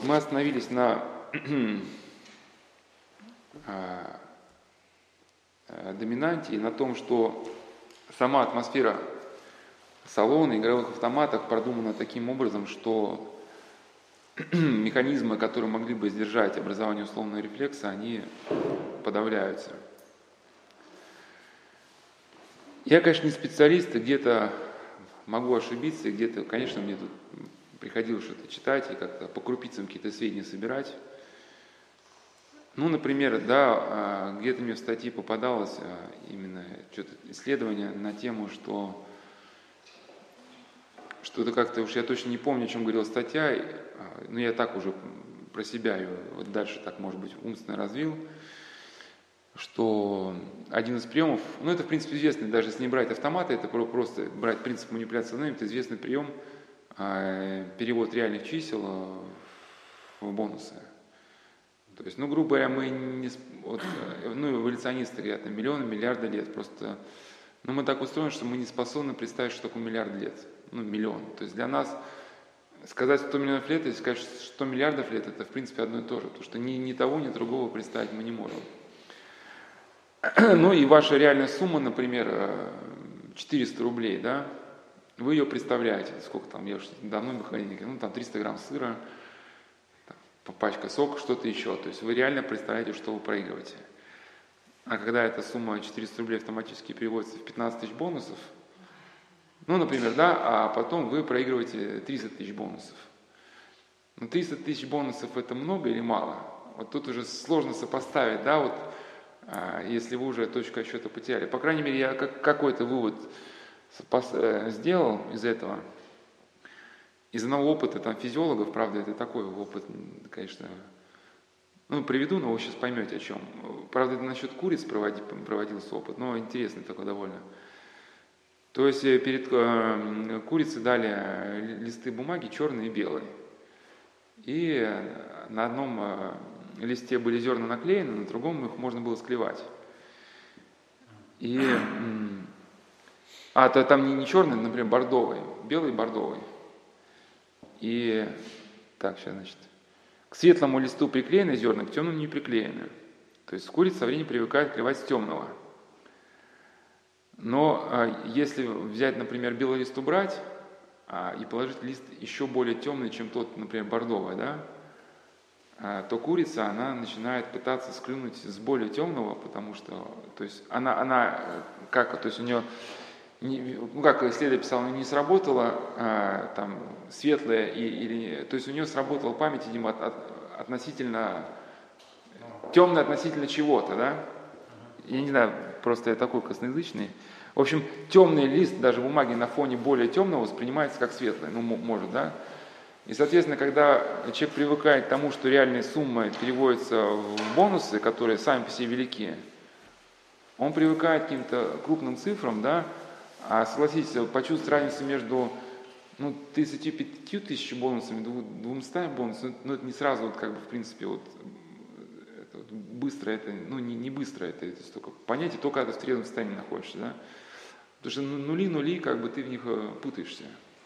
Мы остановились на доминанте и на том, что сама атмосфера салона, игровых автоматов продумана таким образом, что механизмы, которые могли бы сдержать образование условного рефлекса, они подавляются. Я, конечно, не специалист, и где-то могу ошибиться, и где-то, конечно, мне тут приходилось что-то читать и как-то по крупицам какие-то сведения собирать. Ну, например, да, где-то мне в статье попадалось именно что-то исследование на тему, что что-то как-то уж я точно не помню, о чем говорила статья, но я так уже про себя ее вот дальше так, может быть, умственно развил, что один из приемов, ну это в принципе известный, даже если не брать автоматы, это просто брать принцип манипуляции сознанием, это известный прием, перевод реальных чисел в бонусы. То есть, ну, грубо говоря, мы не, вот, ну, эволюционисты говорят, миллионы, миллиарды лет, просто, ну, мы так устроены, что мы не способны представить, что такое миллиард лет, ну, миллион. То есть для нас сказать 100 миллионов лет, если сказать 100 миллиардов лет, это, в принципе, одно и то же, потому что ни того, ни другого представить мы не можем. Ну, и ваша реальная сумма, например, 400 рублей, да, вы ее представляете, сколько там, я уж давно механик, ну, там 300 грамм сыра, пачка сока, что-то еще. То есть вы реально представляете, что вы проигрываете. А когда эта сумма 400 рублей автоматически переводится в 15 тысяч бонусов, ну, например, да, а потом вы проигрываете 300 тысяч бонусов. Но 300 тысяч бонусов это много или мало? Вот тут уже сложно сопоставить, да, вот, если вы уже точку отсчета потеряли. По крайней мере, я какой-то вывод сделал из этого. Из одного опыта там физиологов, правда, это такой опыт, конечно, ну, приведу, но вы сейчас поймете, о чем. Правда, это насчет куриц проводился опыт, но интересный такой довольно. То есть перед курицей дали листы бумаги черные и белые. И на одном листе были зерна наклеены, на другом их можно было склевать. И, то там не черный, например, бордовый, белый и бордовый. И так, сейчас, значит, к светлому листу приклеены зерна, к темному не приклеены. То есть курица со временем привыкает клевать с темного. Но если взять, например, белый лист убрать и положить лист еще более темный, чем тот, например, бордовый, да, то курица, она начинает пытаться склюнуть с более темного, потому что, то есть она как, то есть у нее, ну, как исследователь писал, не сработало там светлое, то есть у нее сработала память, видимо, относительно, темная относительно чего-то, да? Я не знаю, просто я такой косноязычный. В общем, темный лист даже бумаги на фоне более темного воспринимается как светлый, ну, может, да? И, соответственно, когда человек привыкает к тому, что реальные суммы переводятся в бонусы, которые сами по себе велики, он привыкает к каким-то крупным цифрам, да, а согласитесь, почувствовать разницу между 35 тысяч бонусами, 200 бонусами, ну это не сразу, вот, как бы, в принципе, вот, это, вот, быстро это, ну не быстро это столько понятие, только когда ты в трезвом состоянии находишься, да. Потому что нули, как бы ты в них путаешься.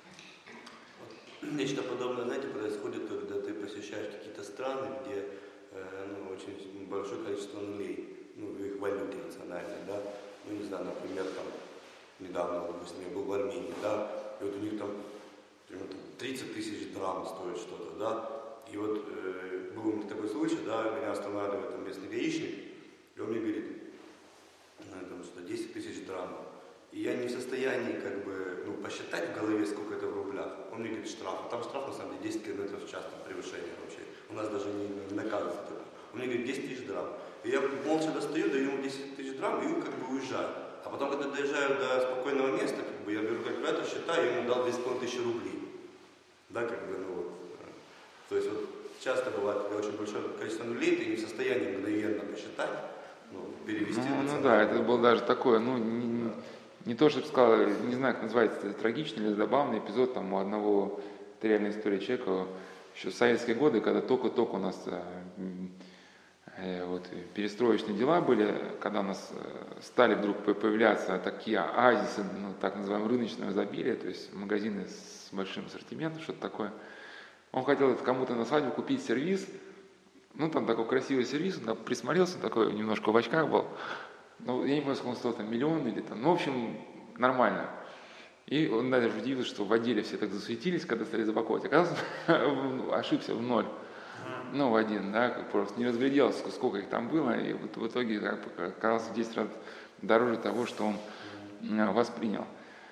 Нечто подобное, знаете, происходит, когда ты посещаешь какие-то страны, где очень большое количество нулей, в их валюте национальной, да, ну не знаю, например, там, недавно, допустим, я был в Армении, да, и вот у них там 30 тысяч драм стоит что-то, да, и вот был у меня такой случай, да, меня останавливает там местный гаишник, и он мне говорит, что 10 тысяч драм. И я не в состоянии как бы посчитать в голове, сколько это в рублях. Он мне говорит штраф. А там штраф на самом деле 10 км в час, там превышение вообще. У нас даже не наказывается. Он мне говорит 10 тысяч драм. И я молча достаю, даю ему 10 тысяч драм и как бы уезжаю. А потом, когда доезжаю до спокойного места, как бы я беру калькулятор, считаю, я ему дал 2500 рублей. Да, как бы, То есть вот часто бывает, когда очень большое количество нулей, ты не в состоянии мгновенно посчитать, перевести. Ну да, это был даже такое, не то, чтобы сказал, не знаю, как называется, это трагичный или забавный эпизод там у одного, это реальная история человека, еще в советские годы, когда только-только у нас вот, перестроечные дела были, когда у нас стали вдруг появляться такие оазисы, так называемого рыночного изобилия, то есть магазины с большим ассортиментом, что-то такое. Он хотел это кому-то на свадьбу купить сервиз, ну, там такой красивый сервиз, он присмотрелся, такой немножко в очках был. Ну, я не помню, сколько он стоил, там, миллион или там, ну, в общем, нормально. И он даже удивился, что в отделе все так засуетились, когда стали запаковывать. Оказалось, ошибся в 0. Ну, в 1, да, как просто не разглядел, сколько их там было, и вот в итоге оказалось в 10 раз дороже того, что он воспринял.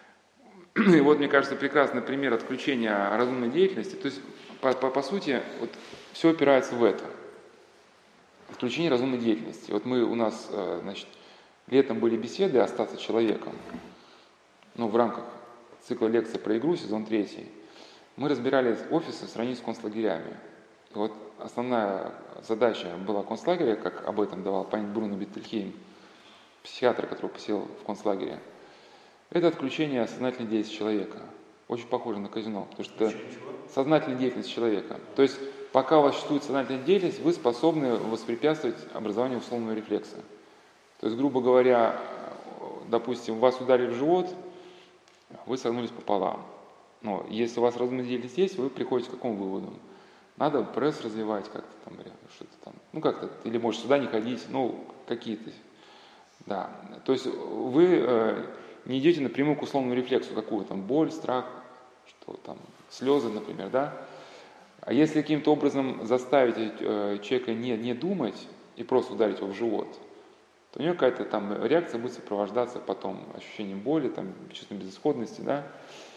И вот, мне кажется, прекрасный пример отключения разумной деятельности. То есть, по сути, вот все опирается в это. Отключение разумной деятельности. Вот у нас, значит, летом были беседы «Остаться человеком». Ну, в рамках цикла лекций про игру, сезон 3. Мы разбирали офисы в сравнении с концлагерями. И вот основная задача была концлагеря, как об этом давал понять Бруно Беттельхейм, психиатр, который посел в концлагере. Это отключение сознательной деятельности человека. Очень похоже на казино, потому что это сознательная деятельность человека. То есть, пока у вас существует сознательная деятельность, вы способны воспрепятствовать образованию условного рефлекса. То есть, грубо говоря, допустим, вас ударили в живот, вы согнулись пополам. Но если у вас разумная деятельность есть, вы приходите к какому выводу? Надо пресс развивать как-то там, что-то там, ну как-то, или может сюда не ходить, ну какие-то, да. То есть вы не идете напрямую к условному рефлексу, какую там боль, страх, что там, слезы, например, да. А если каким-то образом заставить человека не думать и просто ударить его в живот, то у него какая-то там реакция будет сопровождаться потом ощущением боли, там, чувством безысходности, да.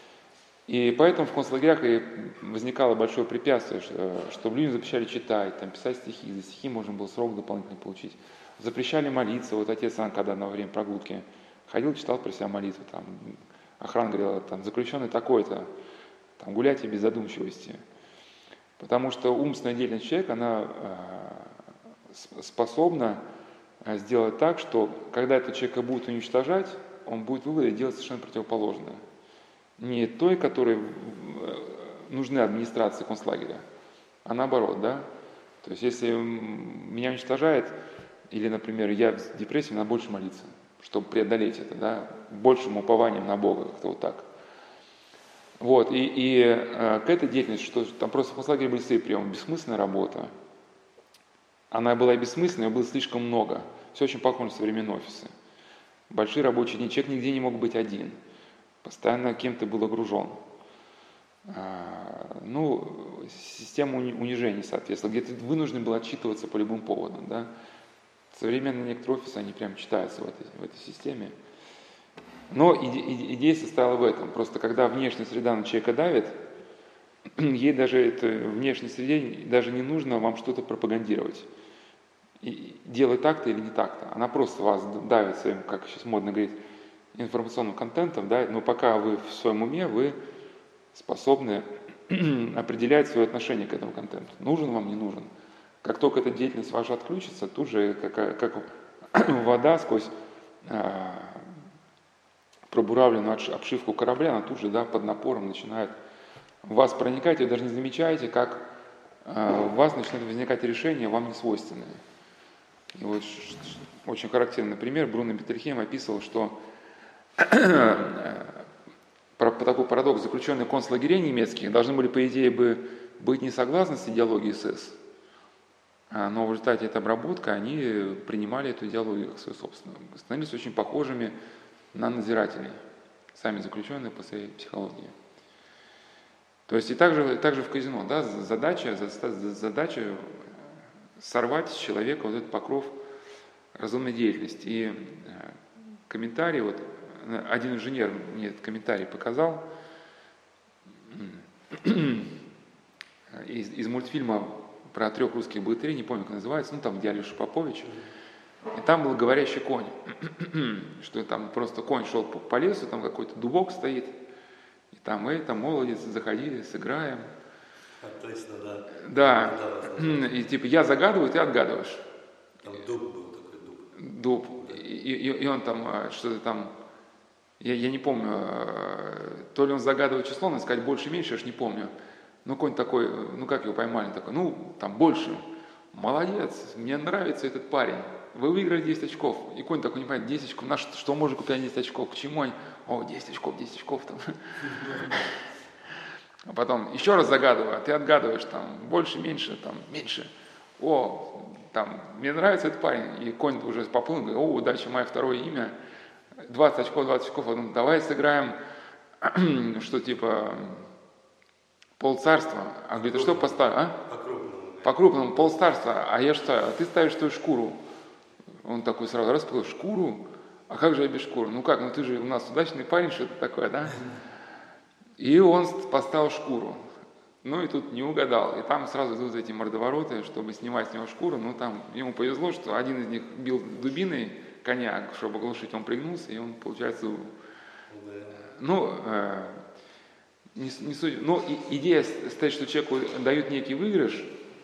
И поэтому в концлагерях и возникало большое препятствие, чтобы людям запрещали читать, там, писать стихи, за стихи можно было срок дополнительно получить. Запрещали молиться. Вот отец Иван, когда во время прогулки ходил, читал про себя молитву, там, охрана говорила, там, заключенный такой-то, там, гуляйте без задумчивости. Потому что умственная деятельность человека, она способна сделать так, что когда этот человека будут уничтожать, он будет выводы делать совершенно противоположное. Не той, которой нужны администрации концлагеря, а наоборот, да. То есть, если меня уничтожает, или, например, я в депрессии, надо больше молиться, чтобы преодолеть это, да, большим упованием на Бога, как-то вот так. Вот, и к этой деятельности, что там просто в концлагере были свои приемы, бессмысленная работа. Она была и бессмысленной, ее было слишком много. Все очень похоже на современные офисы. Большие рабочие дни, человек нигде не мог быть один. Постоянно кем-то был окружен. Ну, система унижений, соответственно, где ты вынужден был отчитываться по любым поводам. Да? Современные некоторые офисы, они прям читаются в этой системе. Но идея состояла в этом. Просто когда внешняя среда на человека давит, ей даже этой внешней среде даже не нужно вам что-то пропагандировать. И делай так-то или не так-то. Она просто вас давит своим, как сейчас модно говорить, информационным контентом, да, но пока вы в своем уме, вы способны определять свое отношение к этому контенту. Нужен вам, не нужен. Как только эта деятельность ваша отключится, тут же, как вода сквозь пробуравленную обшивку корабля, она тут же, да, под напором начинает в вас проникать, и вы даже не замечаете, как у вас начинают возникать решения, вам не свойственные. И вот очень характерный пример, Бруно Беттельхейм описывал, что такой парадокс, заключенные концлагерей немецких должны были, по идее, быть не согласны с идеологией СС, но в результате этой обработки они принимали эту идеологию как свою собственную, становились очень похожими на надзирателей, сами заключенные по своей психологии. То есть и также в казино, да, задача сорвать с человека вот этот покров разумной деятельности. И комментарий, вот один инженер мне этот комментарий показал из мультфильма про 3 русских богатырей, не помню, как называется, ну там где Алеша Попович. И там был говорящий конь, что там просто конь шел по лесу, там какой-то дубок стоит, и там молодец, заходи, сыграем. Точно, да. Да, и типа я загадываю, ты отгадываешь. Там дуб был такой, дуб. Дуб, и он там что-то там, я не помню, то ли он загадывает число, надо сказать больше-меньше, я ж не помню. Ну конь такой, ну как его поймали, такой, ну там больше, молодец, мне нравится этот парень. Вы выиграли 10 очков. И конь такой не понимает, 10 очков, на что можно купить 10 очков? К чему они? О, 10 очков там. А потом еще раз загадываю, а ты отгадываешь там больше, меньше, там меньше. О, там, мне нравится этот парень. И конь уже поплыл, говорит, о, удача, мое второе имя. 20 очков. Потом, давай сыграем, что типа полцарства. А говорит, а что поставь, а? По-крупному. По-крупному, полцарства. А я что, а ты ставишь твою шкуру. Он такой сразу раз сказал, шкуру? А как же я без шкуры? Ну как, ну ты же у нас удачный парень, что-то такое, да? И он поставил шкуру. Ну и тут не угадал. И там сразу идут эти мордовороты, чтобы снимать с него шкуру. Ну там ему повезло, что один из них бил дубиной коня, чтобы оглушить, он пригнулся, и он, получается, ну, не суть. Но идея стоит, что человеку дают некий выигрыш,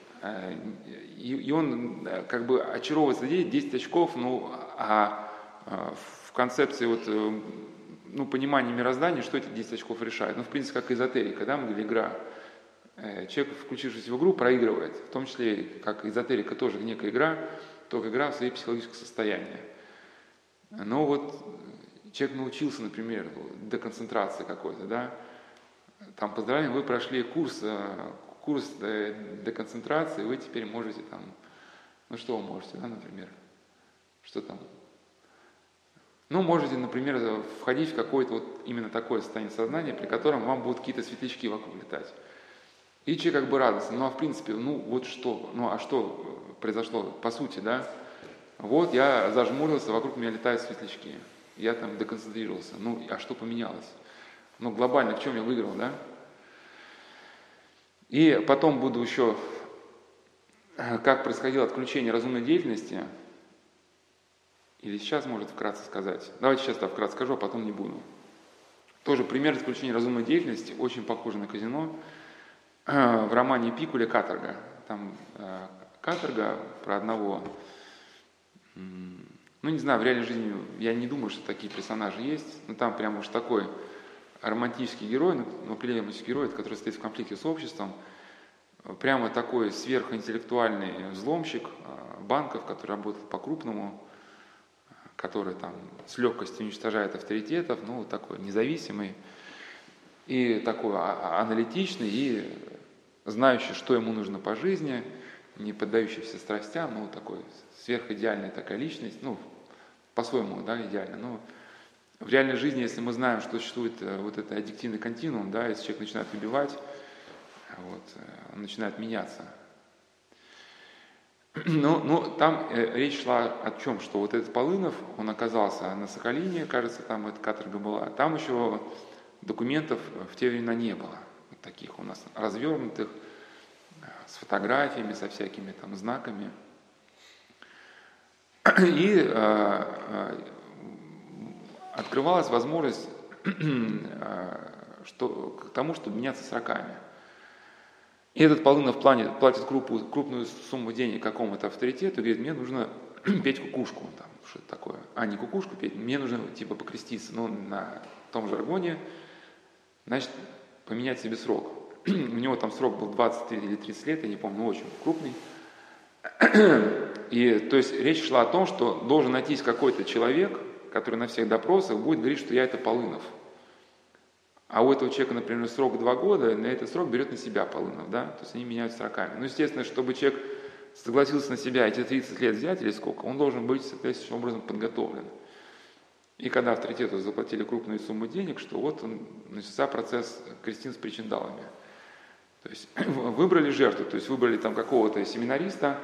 и он как бы очаровывается идеей 10 очков, ну, а в концепции вот, ну, понимания мироздания, что эти 10 очков решает. Ну, в принципе, как эзотерика, да, мы говорили, игра. Человек, включившись в игру, проигрывает. В том числе, как эзотерика, тоже некая игра, только игра в свои психологические состояния. Но вот человек научился, например, деконцентрации какой-то, да, там, поздравляем, вы прошли курс деконцентрации, вы теперь можете там, ну что вы можете, да, например, что там? Ну, можете, например, входить в какое-то вот именно такое состояние сознания, при котором вам будут какие-то светлячки вокруг летать. И человек как бы радостный, ну а в принципе, ну вот что, ну а что произошло по сути, да? Вот я зажмурился, вокруг меня летают светлячки, я там деконцентрировался, ну а что поменялось? Ну глобально, в чем я выиграл, да? И потом буду еще, как происходило отключение разумной деятельности, или сейчас, может, вкратце сказать. Давайте сейчас вкратце скажу, а потом не буду. Тоже пример отключения разумной деятельности, очень похожий на казино. В романе Пикуля «Каторга». Там каторга про одного, ну не знаю, в реальной жизни я не думаю, что такие персонажи есть, но там прям уж такой романтический герой, ну клеемский герой, который стоит в конфликте с обществом, прямо такой сверхинтеллектуальный взломщик банков, который работает по-крупному, который там с легкостью уничтожает авторитетов, ну вот такой независимый и такой аналитичный, и знающий, что ему нужно по жизни, не поддающийся страстям, ну такой сверхидеальная такая личность, ну по-своему, да, идеально, но в реальной жизни, если мы знаем, что существует вот этот аддиктивный континуум, да, если человек начинает убивать, вот, он начинает меняться. Ну, там речь шла о чем, что вот этот Полынов, он оказался на Сахалине, кажется, там эта каторга была, там еще документов в те времена не было, вот таких у нас развернутых, с фотографиями, со всякими там знаками. И открывалась возможность к тому, чтобы меняться с роками. И этот Полынов платит крупную сумму денег какому-то авторитету и говорит, мне нужно петь кукушку. Там, что-то такое. А, не кукушку петь, мне нужно типа покреститься. Но на том жаргоне, значит, поменять себе срок. У него там срок был 20 или 30 лет, я не помню, но очень крупный. И то есть речь шла о том, что должен найтись какой-то человек, который на всех допросах будет говорить, что я это Полынов. А у этого человека, например, срок 2 года, и на этот срок берет на себя Полынов, да, то есть они меняют сроками. Ну, естественно, чтобы человек согласился на себя эти 30 лет взять или сколько, он должен быть соответствующим образом подготовлен. И когда авторитету заплатили крупную сумму денег, что вот он, начался процесс крестин с причиндалами. То есть выбрали жертву, то есть выбрали там какого-то семинариста,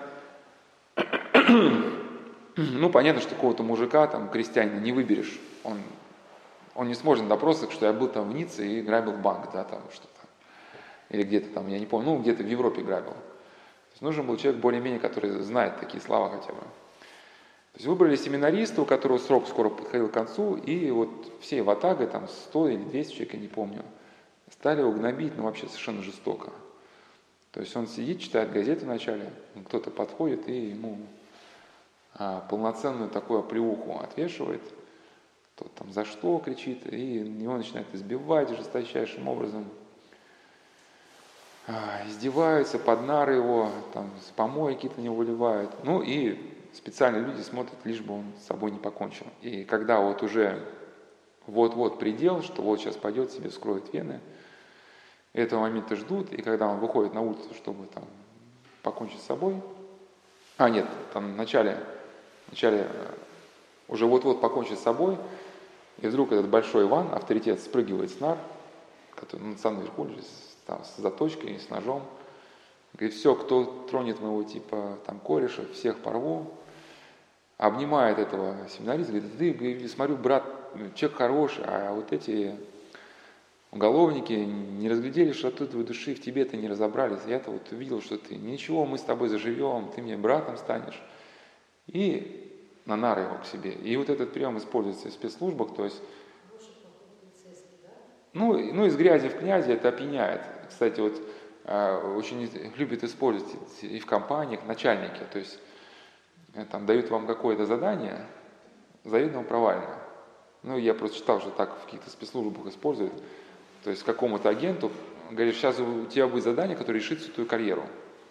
ну, понятно, что какого-то мужика, там, крестьянина не выберешь, он не сможет на допросах, что я был там в Ницце и грабил банк, да, там что-то. Или где-то там, я не помню, ну, где-то в Европе грабил. То есть нужен был человек более-менее, который знает такие слова хотя бы. То есть выбрали семинариста, у которого срок скоро подходил к концу, и вот всей ватагой, там 100 или 200 человек, я не помню, стали его гнобить, ну, вообще совершенно жестоко. То есть он сидит, читает газету вначале, кто-то подходит и ему полноценную такую оплеуху отвешивает, тот там за что кричит, и его начинают избивать жесточайшим образом, издеваются, под нары его, там с помойки на него выливают, ну и специальные люди смотрят, лишь бы он с собой не покончил. И когда вот уже вот-вот предел, что вот сейчас пойдет, себе вскроет вены, Этого момента ждут, и когда он выходит на улицу, чтобы там покончить с собой, нет, там вначале уже вот-вот покончить с собой, и вдруг этот большой Иван, авторитет, спрыгивает с нар, который на самом верху лежит, там, с заточкой, с ножом. Говорит, все, кто тронет моего типа там кореша, всех порву. Обнимает этого семинариста, говорит, ты, смотрю, брат, человек хороший, а вот эти уголовники не разглядели широту твоей души, в тебе-то не разобрались. Я-то вот увидел, что ты, ничего, мы с тобой заживем, ты мне братом станешь. И на нары его к себе. И вот этот прием используется в спецслужбах, то есть, ну, из грязи в князи это опьяняет. Кстати, вот очень любят использовать и в компаниях начальники, то есть там дают вам какое-то задание, заведомо провально. Ну, я просто читал, что так в каких-то спецслужбах используют. То есть какому-то агенту говоришь, сейчас у тебя будет задание, которое решит всю твою карьеру.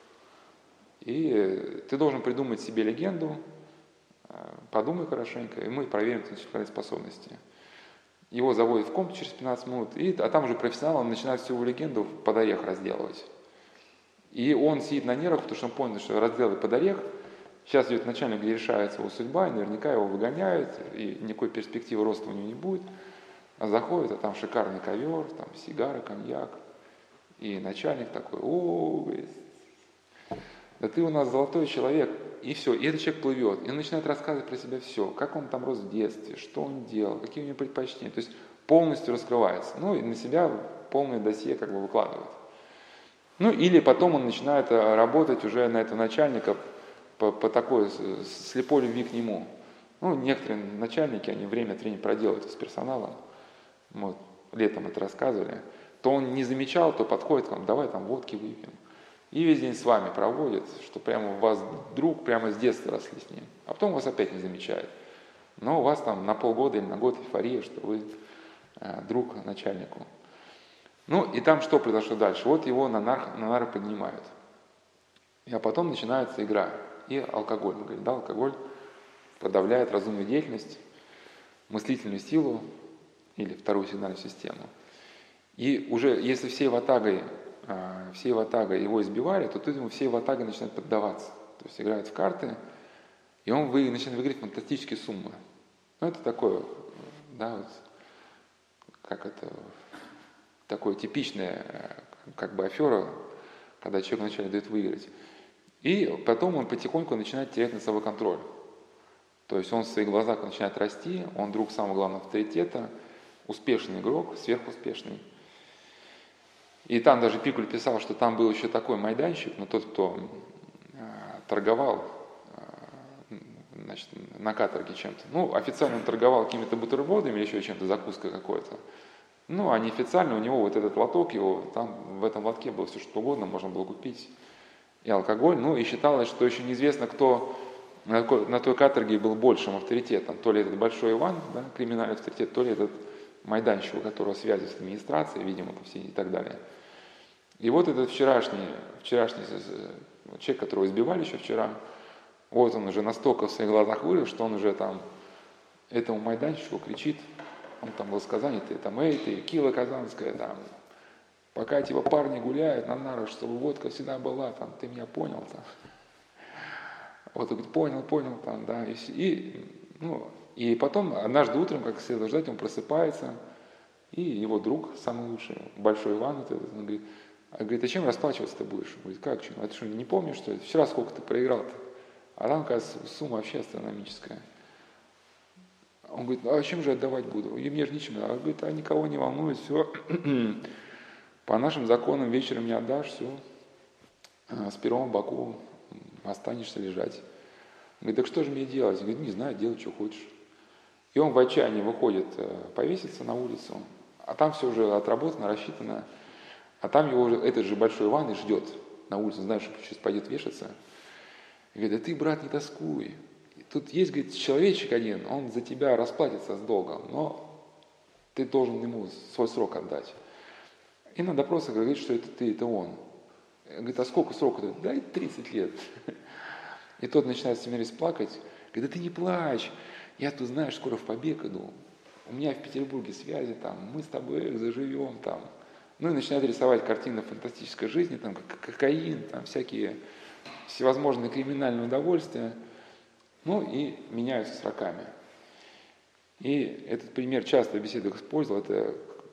И ты должен придумать себе легенду, подумай хорошенько, и мы проверим твои интеллектуальные способности. Его заводят в комнату через 15 минут, а там уже профессионал, он начинает всю его легенду под орех разделывать. И он сидит на нервах, потому что он понял, что разделывает под орех, сейчас идет начальник, где решается его судьба, и наверняка его выгоняют, и никакой перспективы роста у него не будет. А заходит, а там шикарный ковер, там сигары, коньяк. И начальник такой, говорит, да ты у нас золотой человек. И все, и этот человек плывет. И он начинает рассказывать про себя все, как он там рос в детстве, что он делал, какие у него предпочтения. То есть полностью раскрывается. Ну и на себя полное досье как бы выкладывает. Ну или потом он начинает работать уже на этого начальника по такой слепой любви к нему. Ну, некоторые начальники, они время от времени проделывают с персоналом. Вот, летом это рассказывали. То он не замечал, то подходит к вам, давай там водки выпьем. И весь день с вами проводит, что прямо у вас друг прямо с детства росли с ним. А потом вас опять не замечает. Но у вас там на полгода или на год эйфория, что вы друг начальнику. Ну и там что произошло дальше? Вот его на нары поднимают. А потом начинается игра. И алкоголь. Мы говорим, да, алкоголь подавляет разумную деятельность, мыслительную силу или вторую сигнальную систему. И уже если всей ватагой его избивали, то тут ему всей ватагой начинают поддаваться. То есть играют в карты, и он начинает выиграть фантастические суммы. Ну, это такое, да, вот, как это, такое типичная, как бы афера, когда человек вначале дает выиграть. И потом он потихоньку начинает терять над собой контроль. То есть он в своих глазах начинает расти, он друг самого главного авторитета, успешный игрок, сверхуспешный. И там даже Пикуль писал, что там был еще такой майданчик, но тот, кто торговал, значит, на каторге чем-то. Ну, официально он торговал какими-то бутербродами или еще чем-то, закуской какой-то. Ну, а неофициально у него вот этот лоток, там в этом лотке было все что угодно, можно было купить. И алкоголь. Ну, и считалось, что еще неизвестно, кто на той каторге был большим авторитетом. То ли этот большой Иван, да, криминальный авторитет, то ли этот майданчик, у которого связи с администрацией, видимо, все и так далее. И вот этот вчерашний человек, которого избивали еще вчера, вот он уже настолько в своих глазах вырос, что он уже там этому майданчику кричит, он там был сказанец, ты Кила Казанская, там, пока типа парни гуляют на нарах, чтобы водка всегда была, там, ты меня понял, там. Вот он говорит, понял, там, да, и потом однажды утром, как следует ждать, он просыпается, и его друг, самый лучший, большой Иван, он говорит, а чем расплачиваться ты будешь? Он говорит, как чем? А ты что, не помнишь, что ли? Вчера сколько ты проиграл-то? А там, оказывается, сумма вообще астрономическая. Он говорит, а чем же отдавать буду? И мне же ничем. А он говорит, никого не волнует, все. По нашим законам вечером не отдашь, все. С пером в боку останешься лежать. Он говорит, так что же мне делать? Он говорит, не знаю, делай, что хочешь. И он в отчаянии выходит повеситься на улицу, а там все уже отработано, рассчитано. А там его этот же большой Иван и ждет на улице, знаешь, что сейчас пойдет вешаться. И говорит, да ты, брат, не тоскуй. И тут есть, говорит, человечек один, он за тебя расплатится с долгом, но ты должен ему свой срок отдать. И на допросах говорит, что это ты, это он. Говорит, а сколько срока? Да, 30 лет. И тот начинает семинарист плакать. Говорит, да ты не плачь, я тут, знаешь, скоро в побег иду. У меня в Петербурге связи там, мы с тобой заживем там. Ну и начинают рисовать картины фантастической жизни, там как кокаин, там всякие всевозможные криминальные удовольствия. Ну и меняются с роками. И этот пример часто в беседах использовал, это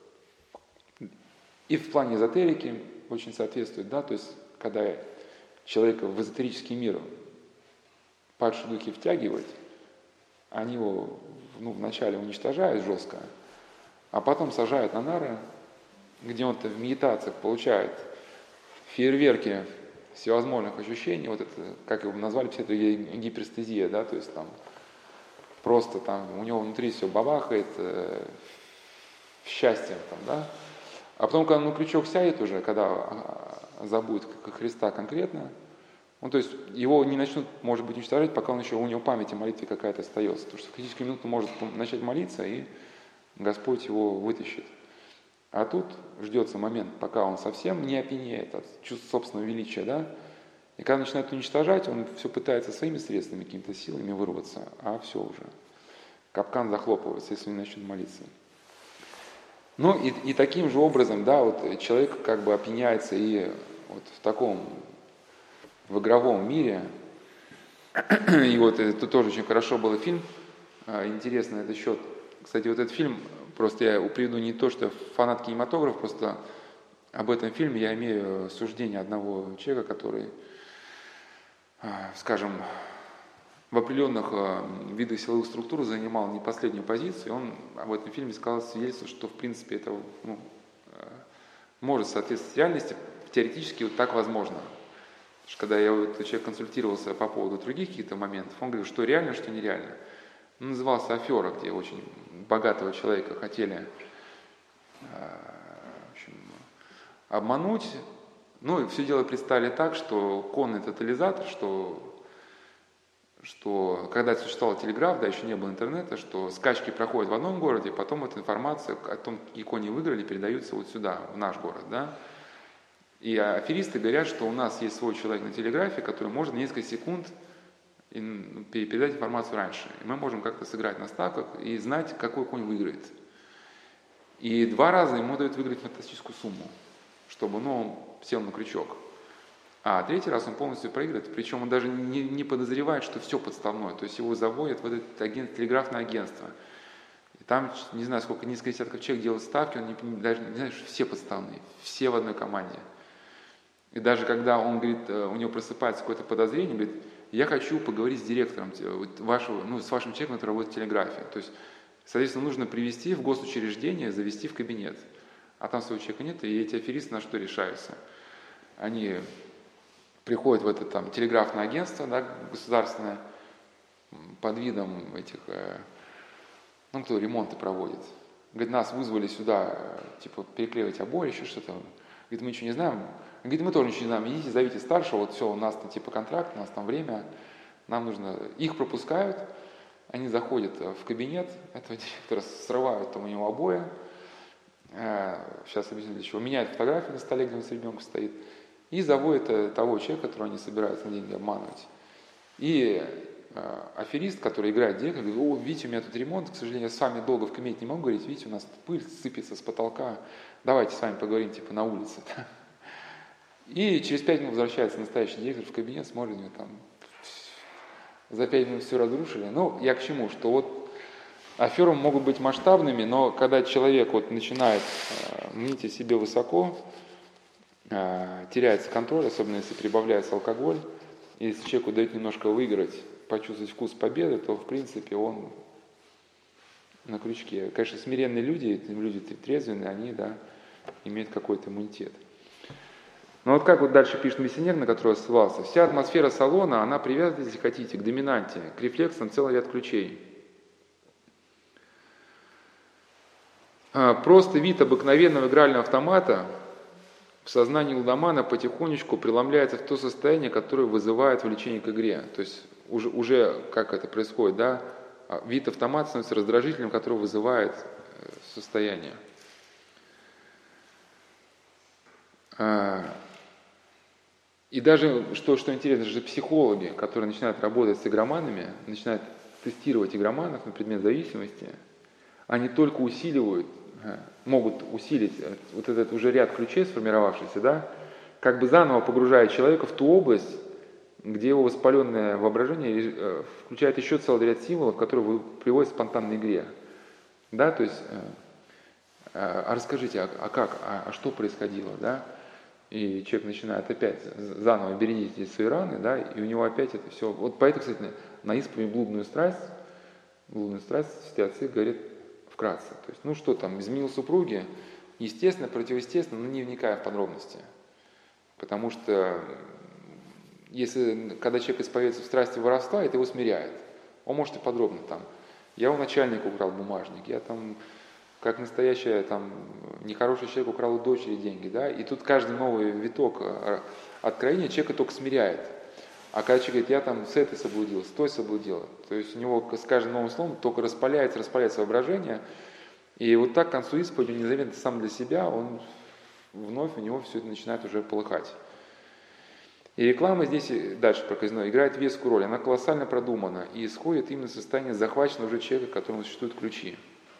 и в плане эзотерики очень соответствует, да, то есть когда человека в эзотерический мир падшие духи втягивают, они его вначале уничтожают жестко, а потом сажают на нары, где он-то в медитациях получает фейерверки всевозможных ощущений, вот это, как его назвали, все это гиперстезия, да, то есть там просто там у него внутри все бабахает, счастьем там, да. А потом, когда он на крючок сядет уже, когда забудет Христа конкретно, ну, то есть его не начнут, может быть, уничтожать, пока он еще, у него память о молитве какая-то остается. Потому что в критическую минуту может начать молиться, и Господь его вытащит. А тут ждется момент, пока он совсем не опьянеет от чувства собственного величия, да, и когда начинает уничтожать, он все пытается своими средствами, какими-то силами вырваться, а все уже. Капкан захлопывается, если не начнет молиться. Ну и таким же образом, да, вот человек как бы опьяняется и вот в таком, в игровом мире. И вот это тоже очень хорошо был фильм, интересно на этот счет. Кстати, вот этот фильм, просто я приведу не то, что я фанат кинематографа, просто об этом фильме я имею суждение одного человека, который, скажем, в определенных видах силовых структур занимал не последнюю позицию, и он об этом фильме сказал свидетельство, что в принципе это может соответствовать реальности, теоретически вот так возможно. Потому что когда этот человек консультировался по поводу других каких-то моментов, он говорил, что реально, что нереально. Он назывался «Афера», где очень богатого человека хотели в общем, обмануть. Ну и все дело представили так, что конный тотализатор, что когда существовал телеграф, да, еще не было интернета, что скачки проходят в одном городе, потом эта информация о том, какие кони выиграли, передаются вот сюда, в наш город, да. И аферисты говорят, что у нас есть свой человек на телеграфе, который может на несколько секунд передать информацию раньше. И мы можем как-то сыграть на ставках и знать, какой конь выиграет. И 2 раза ему дают выиграть фантастическую сумму, чтобы он сел на крючок. А 3-й раз он полностью проигрывает, причем он даже не подозревает, что все подставное. То есть его заводят в это телеграфное агентство. И там, не знаю, сколько, несколько десятков человек делают ставки, он даже не знает, что все подставные, все в одной команде. И даже когда он говорит, у него просыпается какое-то подозрение, говорит, я хочу поговорить с директором вашего, с вашим человеком, который работает в телеграфе. То есть, соответственно, нужно привести в госучреждение, завести в кабинет. А там своего человека нет, и эти аферисты на что решаются? Они приходят в это там телеграфное агентство, да, государственное, под видом этих, кто ремонты проводит. Говорит, нас вызвали сюда, переклеивать обои, еще что-то. Говорит, мы ничего не знаем. Говорит, мы тоже ничего не знаем, идите, зовите старшего, вот все, у нас там контракт, у нас там время, нам нужно... Их пропускают, они заходят в кабинет этого директора, срывают там у него обои, сейчас объясню для чего, меняют фотографию на столе, где он с ребенком стоит, и заводят того человека, которого они собираются на деньги обманывать. И аферист, который играет директор, говорит, видите, у меня тут ремонт, к сожалению, я с вами долго в кабинете не могу говорить, видите, у нас пыль сыпется с потолка, давайте с вами поговорим, на улице. И через 5 минут возвращается настоящий директор в кабинет, смотрит, там за 5 минут все разрушили. Я к чему? Что вот аферы могут быть масштабными, но когда человек начинает мнить о себе высоко, теряется контроль, особенно если прибавляется алкоголь, и если человеку дают немножко выиграть, почувствовать вкус победы, то в принципе он на крючке. Конечно, смиренные люди трезвенные, они, имеют какой-то иммунитет. Но как дальше пишет миссионер, на который я ссылался, вся атмосфера салона, она привязана, если хотите, к доминанте, к рефлексам целый ряд ключей. Просто вид обыкновенного игрального автомата в сознании лудомана потихонечку преломляется в то состояние, которое вызывает влечение к игре. То есть уже как это происходит, вид автомата становится раздражителем, который вызывает состояние. И даже, что интересно, же психологи, которые начинают работать с игроманами, начинают тестировать игроманов на предмет зависимости, они только усиливают могут усилить вот этот уже ряд ключей сформировавшийся, да, как бы заново погружая человека в ту область, где его воспаленное воображение включает еще целый ряд символов, которые приводят к спонтанной игре. Да, то есть, расскажите, как, что происходило, да? И человек начинает опять заново бередить эти свои раны, да, и у него опять это все. Вот поэтому, кстати, на исповеди блудную страсть святые отцы говорят вкратце. То есть, ну что там, изменил супруги, естественно, противоестественно, но не вникая в подробности. Потому что когда человек исповедуется в страсти воровства, это его смиряет. Он может и подробно там. Я у начальника украл бумажник, я там, как настоящий там, нехороший человек, украл у дочери деньги, да, и тут каждый новый виток откровения человека только смиряет. А когда человек говорит, я там с этой соблудил, с той соблудил, то есть у него с каждым новым словом только распаляется воображение, и вот так к концу исповеди, незаметно сам для себя, он вновь у него все это начинает уже полыхать. И реклама здесь, дальше про казино, играет вескую роль. Она колоссально продумана и исходит именно из состояния захваченного уже человека, которому существуют ключи.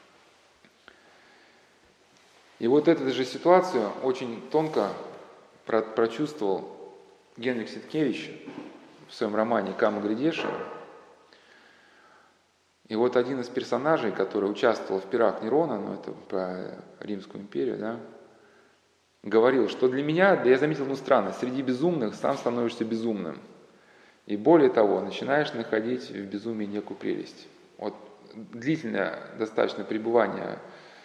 И вот эту же ситуацию очень тонко прочувствовал Генрих Ситкевич в своем романе «Кама Гридеши». И вот один из персонажей, который участвовал в пирах Нерона, ну это про Римскую империю, да, говорил, что для меня, да я заметил одну странность, среди безумных сам становишься безумным. И более того, начинаешь находить в безумии некую прелесть. Вот длительное достаточно пребывание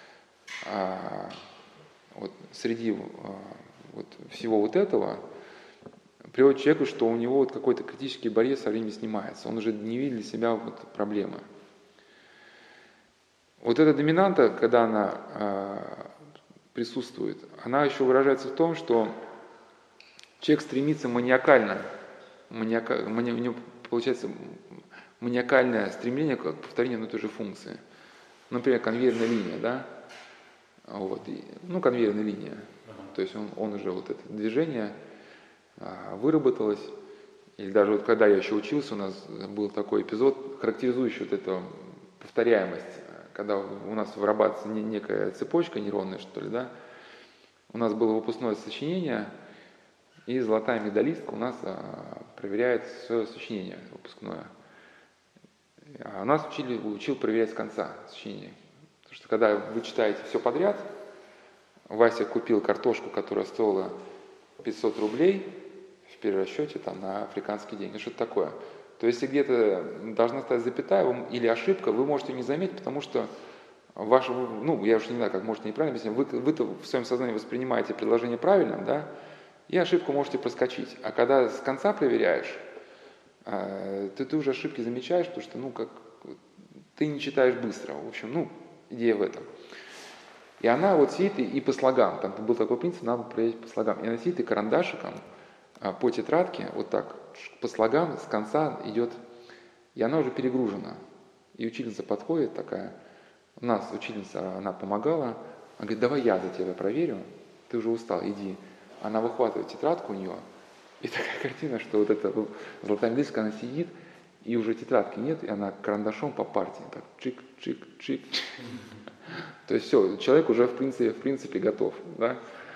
вот среди вот всего вот этого приводит к человеку, что у него вот какой-то критический барьер со временем снимается. Он уже не видит для себя вот проблемы. Вот эта доминанта, когда она присутствует, она еще выражается в том, что человек стремится маниакально, у него получается маниакальное стремление к повторению одной и той же функции. Например, конвейерная линия, да? Вот, конвейерная линия. То есть он уже вот это движение выработалось. Или даже вот когда я еще учился, у нас был такой эпизод, характеризующий вот эту повторяемость. Когда у нас вырабатывается некая цепочка нейронная, что ли, да, у нас было выпускное сочинение, и золотая медалистка у нас проверяет свое сочинение выпускное. А нас учил проверять с конца сочинения. Потому что когда вы читаете все подряд, Вася купил картошку, которая стоила 500 рублей в перерасчете там, на африканские деньги. Что-то такое. То есть, если где-то должна стоять запятая или ошибка, вы можете не заметить, потому что я уж не знаю, как можете неправильно объяснить, вы в своем сознании воспринимаете предложение правильным, да, и ошибку можете проскочить. А когда с конца проверяешь, ты уже ошибки замечаешь, потому что, ты не читаешь быстро. В общем, идея в этом. И она вот сидит и по слогам, там был такой принцип, надо проверять по слогам. И она сидит и карандашиком по тетрадке, вот так, по слогам, с конца идет, и она уже перегружена. И учительница подходит такая, у нас учительница, она помогала, она говорит, давай я за тебя проверю, ты уже устал, иди. Она выхватывает тетрадку у нее, и такая картина, что вот эта золотая медалистка, она сидит, и уже тетрадки нет, и она карандашом по партии, так чик-чик-чик. То есть все, человек уже в принципе готов, да?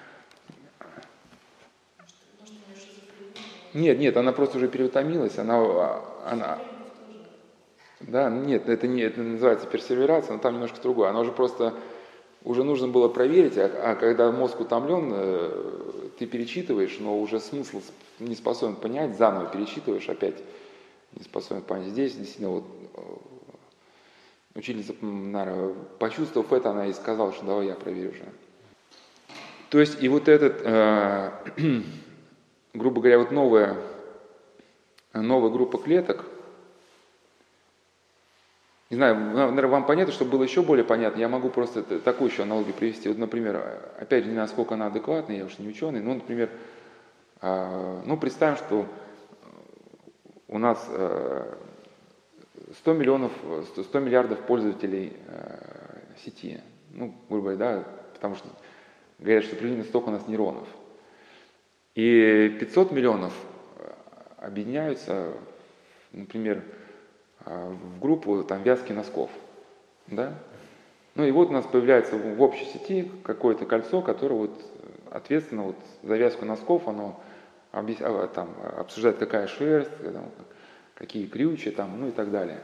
Нет, она просто уже переутомилась, она... Да, нет, это называется персеверация, но там немножко другое. Она уже просто, уже нужно было проверить, а когда мозг утомлен, ты перечитываешь, но уже смысл не способен понять, заново перечитываешь, опять не способен понять. Здесь действительно вот учительница, наверное, почувствовав это, она и сказала, что давай я проверю уже. То есть и вот этот, грубо говоря, вот новая группа клеток, не знаю, наверное, вам понятно, чтобы было еще более понятно, я могу просто такую еще аналогию привести. Вот, например, опять же, не знаю, насколько она адекватна, я уж не ученый, но, например, представим, что у нас 100 миллиардов пользователей сети. Грубо говоря, да, потому что говорят, что примерно столько у нас нейронов. И 500 миллионов объединяются, например, в группу там, вязки носков. Да? Ну и вот у нас появляется в общей сети какое-то кольцо, которое вот ответственно вот за вязку носков, оно там, обсуждает, какая шерсть, там, какие крючья, там, ну и так далее.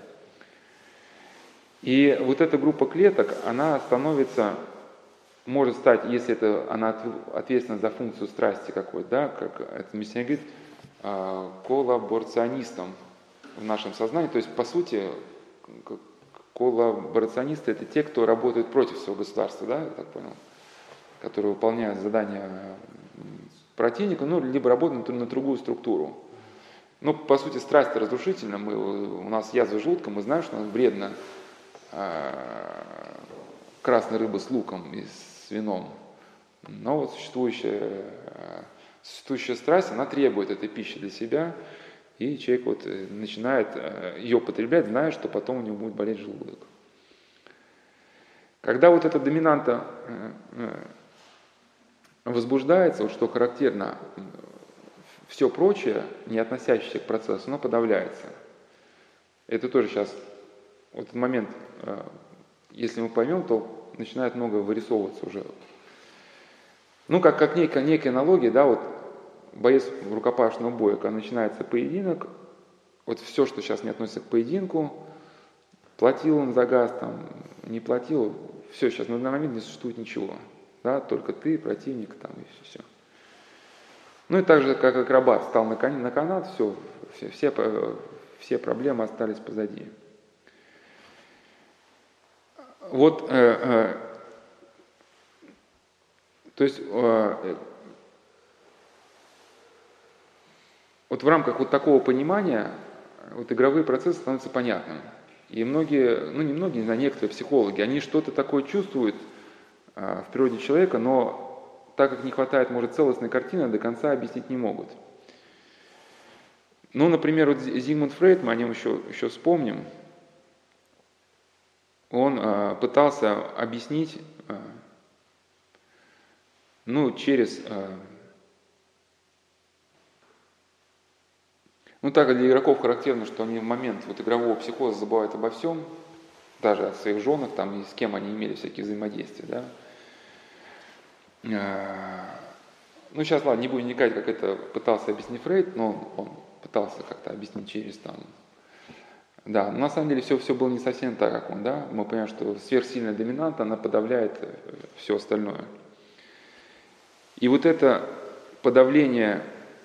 И вот эта группа клеток, она становится, может стать, если она ответственна за функцию страсти какой-то, да, как это Мессия говорит, коллаборационистом в нашем сознании. То есть, по сути, коллаборационисты – это те, кто работают против своего государства, да, я так понял, которые выполняют задания противника, ну, либо работают на другую структуру. Ну, по сути, страсть разрушительна. У нас язва желудка, мы знаем, что нам вредно красная рыба с луком и с вином. Но вот существующая страсть, она требует этой пищи для себя, и человек вот начинает ее потреблять, зная, что потом у него будет болеть желудок. Когда вот эта доминанта возбуждается, вот что характерно, все прочее, не относящееся к процессу, оно подавляется. Это тоже сейчас, вот этот момент, если мы поймем, то начинает много вырисовываться уже. Ну, как некая аналогия, да, вот боец рукопашного боя, когда начинается поединок, вот все, что сейчас не относится к поединку, платил он за газ, там, не платил, все, сейчас на данный момент не существует ничего, да, только ты, противник, там, и все. Ну и так же, как акробат стал на канат, все проблемы остались позади. Вот, то есть, вот в рамках вот такого понимания вот игровые процессы становятся понятными. И многие, ну не многие, не знаю, некоторые психологи, они что-то такое чувствуют в природе человека, но так как не хватает, может, целостной картины, до конца объяснить не могут. Ну, например, вот Зигмунд Фрейд, мы о нем еще вспомним, он пытался объяснить, ну, через... Ну, так для игроков характерно, что они в момент вот игрового психоза забывают обо всем, даже о своих женах, там, и с кем они имели всякие взаимодействия, да. Ну, сейчас, ладно, не будем вникать, как это пытался объяснить Фрейд, но он пытался как-то объяснить через там... Да, но на самом деле все было не совсем так, как он, да. Мы понимаем, что сверхсильная доминанта, она подавляет все остальное. И вот это подавление...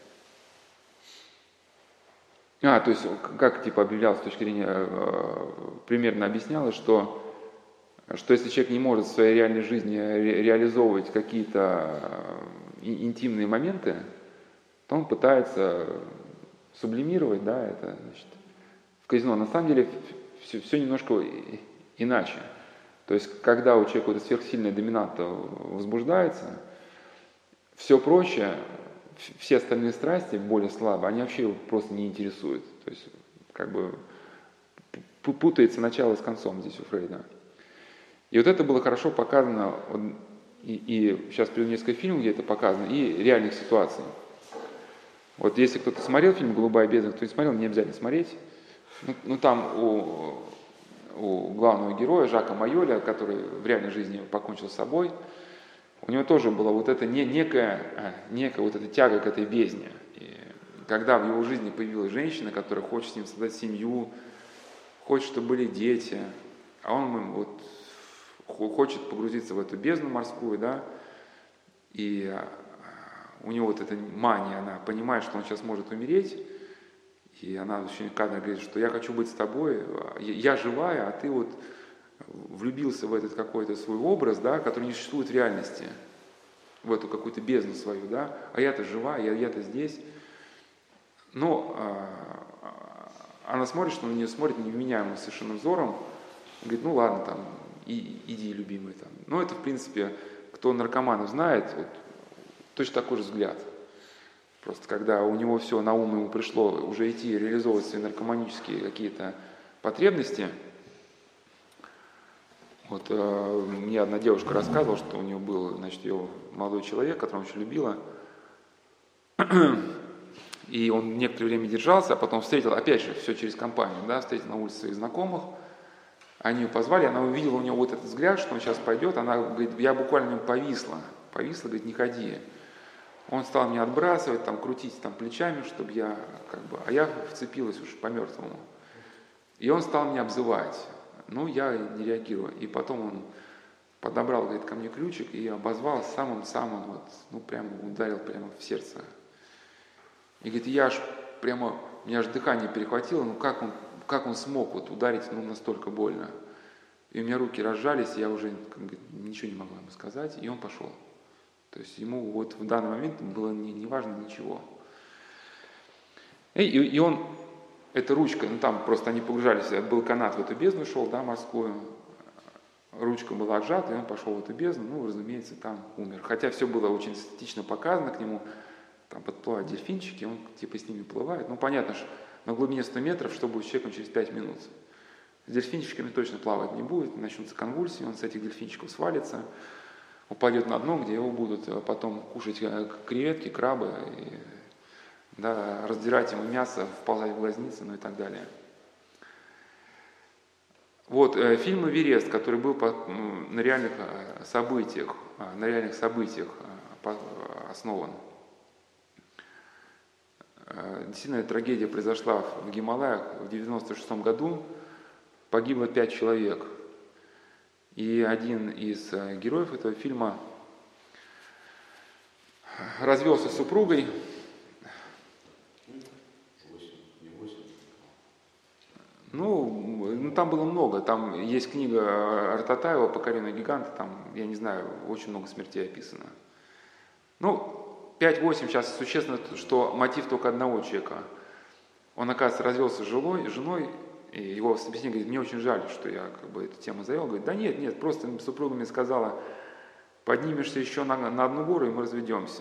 то есть, как типа объявлялось с точки зрения, примерно объяснялось, что если человек не может в своей реальной жизни реализовывать какие-то интимные моменты, то он пытается сублимировать, да, это, значит, в казино. На самом деле все немножко иначе. То есть, когда у человека вот сверхсильная доминанта возбуждается, все прочее, все остальные страсти, более слабые, они вообще его просто не интересуют. То есть, как бы путается начало с концом здесь у Фрейда. И вот это было хорошо показано, и сейчас приведу несколько фильмов, где это показано, и реальных ситуаций. Вот если кто-то смотрел фильм «Голубая бездна», кто не смотрел, не обязательно смотреть. Ну там у главного героя Жака Майоля, который в реальной жизни покончил с собой, у него тоже была вот эта некая вот эта тяга к этой бездне. И когда в его жизни появилась женщина, которая хочет с ним создать семью, хочет, чтобы были дети, а он вот хочет погрузиться в эту бездну морскую, да, и у него вот эта мания, она понимает, что он сейчас может умереть, и она очень кадр говорит, что я хочу быть с тобой, я живая, а ты вот влюбился в этот какой-то свой образ, да, который не существует в реальности, в эту какую-то бездну свою, да, а я-то жива, я-то здесь. Но она смотрит, что он на нее смотрит невменяемым совершенно взором, говорит, ну ладно, там, иди, любимый, там. Ну, это, в принципе, кто наркоманов знает, вот, точно такой же взгляд. Просто когда у него все на ум ему пришло уже идти реализовывать свои наркоманические какие-то потребности. Вот мне одна девушка рассказывала, что у нее был, значит, ее молодой человек, которого очень любила. И он некоторое время держался, а потом встретил, опять же, все через компанию, да, встретил на улице своих знакомых. Они ее позвали, она увидела у него вот этот взгляд, что он сейчас пойдет, она говорит, я буквально в нем повисла, говорит, не ходи. Он стал меня отбрасывать, там, крутить там, плечами, чтобы я, а я вцепилась уж по-мертвому. И он стал меня обзывать. Ну, я не реагировал. И потом он подобрал, говорит, ко мне ключик и обозвал самым-самым, вот, ну, прямо ударил прямо в сердце. И говорит, я аж прямо, у меня аж дыхание перехватило, ну, как он смог вот ударить, ну, настолько больно. И у меня руки разжались, я уже ничего не могла ему сказать, и он пошел. То есть ему вот в данный момент было не важно ничего. И он, эта ручка, ну там просто они погружались, был канат в эту бездну шел, да, морскую, ручка была отжата, и он пошел в эту бездну, ну, разумеется, там умер. Хотя все было очень эстетично показано к нему, там подплывают дельфинчики, он типа с ними плывает. Ну, понятно, что на глубине 100 метров, что будет с человеком через 5 минут. С дельфинчиками точно плавать не будет, начнутся конвульсии, он с этих дельфинчиков свалится, упадет на дно, где его будут потом кушать креветки, крабы, и, да, раздирать ему мясо, вползать в глазницы, ну и так далее. Вот, фильм «Эверест», который был на реальных событиях основан. Действительно, трагедия произошла в Гималаях в 1996 году. Погибло 5 человек. И один из героев этого фильма развелся с супругой. Ну, там было много. Там есть книга Артатаева «Покоренный гигант», там, я не знаю, очень много смертей описано. Ну, 5-8 сейчас существенно, что мотив только одного человека. Он, оказывается, развелся с женой, и его собеседник говорит, мне очень жаль, что я эту тему завел. Говорит, да нет, просто супруга мне сказала, поднимешься еще на одну гору, и мы разведемся.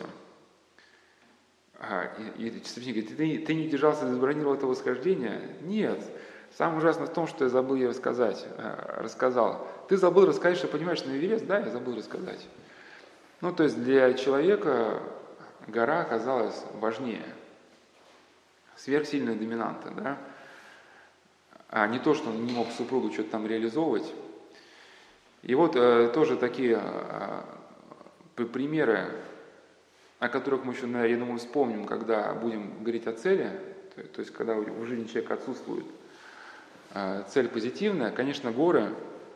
И собеседник говорит, ты не держался, забронировал это восхождение? Нет. Самое ужасное в том, что я забыл ей рассказал. Ты забыл рассказать, что понимаешь на Эверест? Да, я забыл рассказать. Ну, то есть для человека гора оказалась важнее. Сверхсильная доминанта, да? А не то, что он не мог супругу что-то там реализовывать. И вот тоже такие примеры, о которых мы еще, я думаю, вспомним, когда будем говорить о цели, то есть когда в жизни человека отсутствует цель позитивная. Конечно, горы,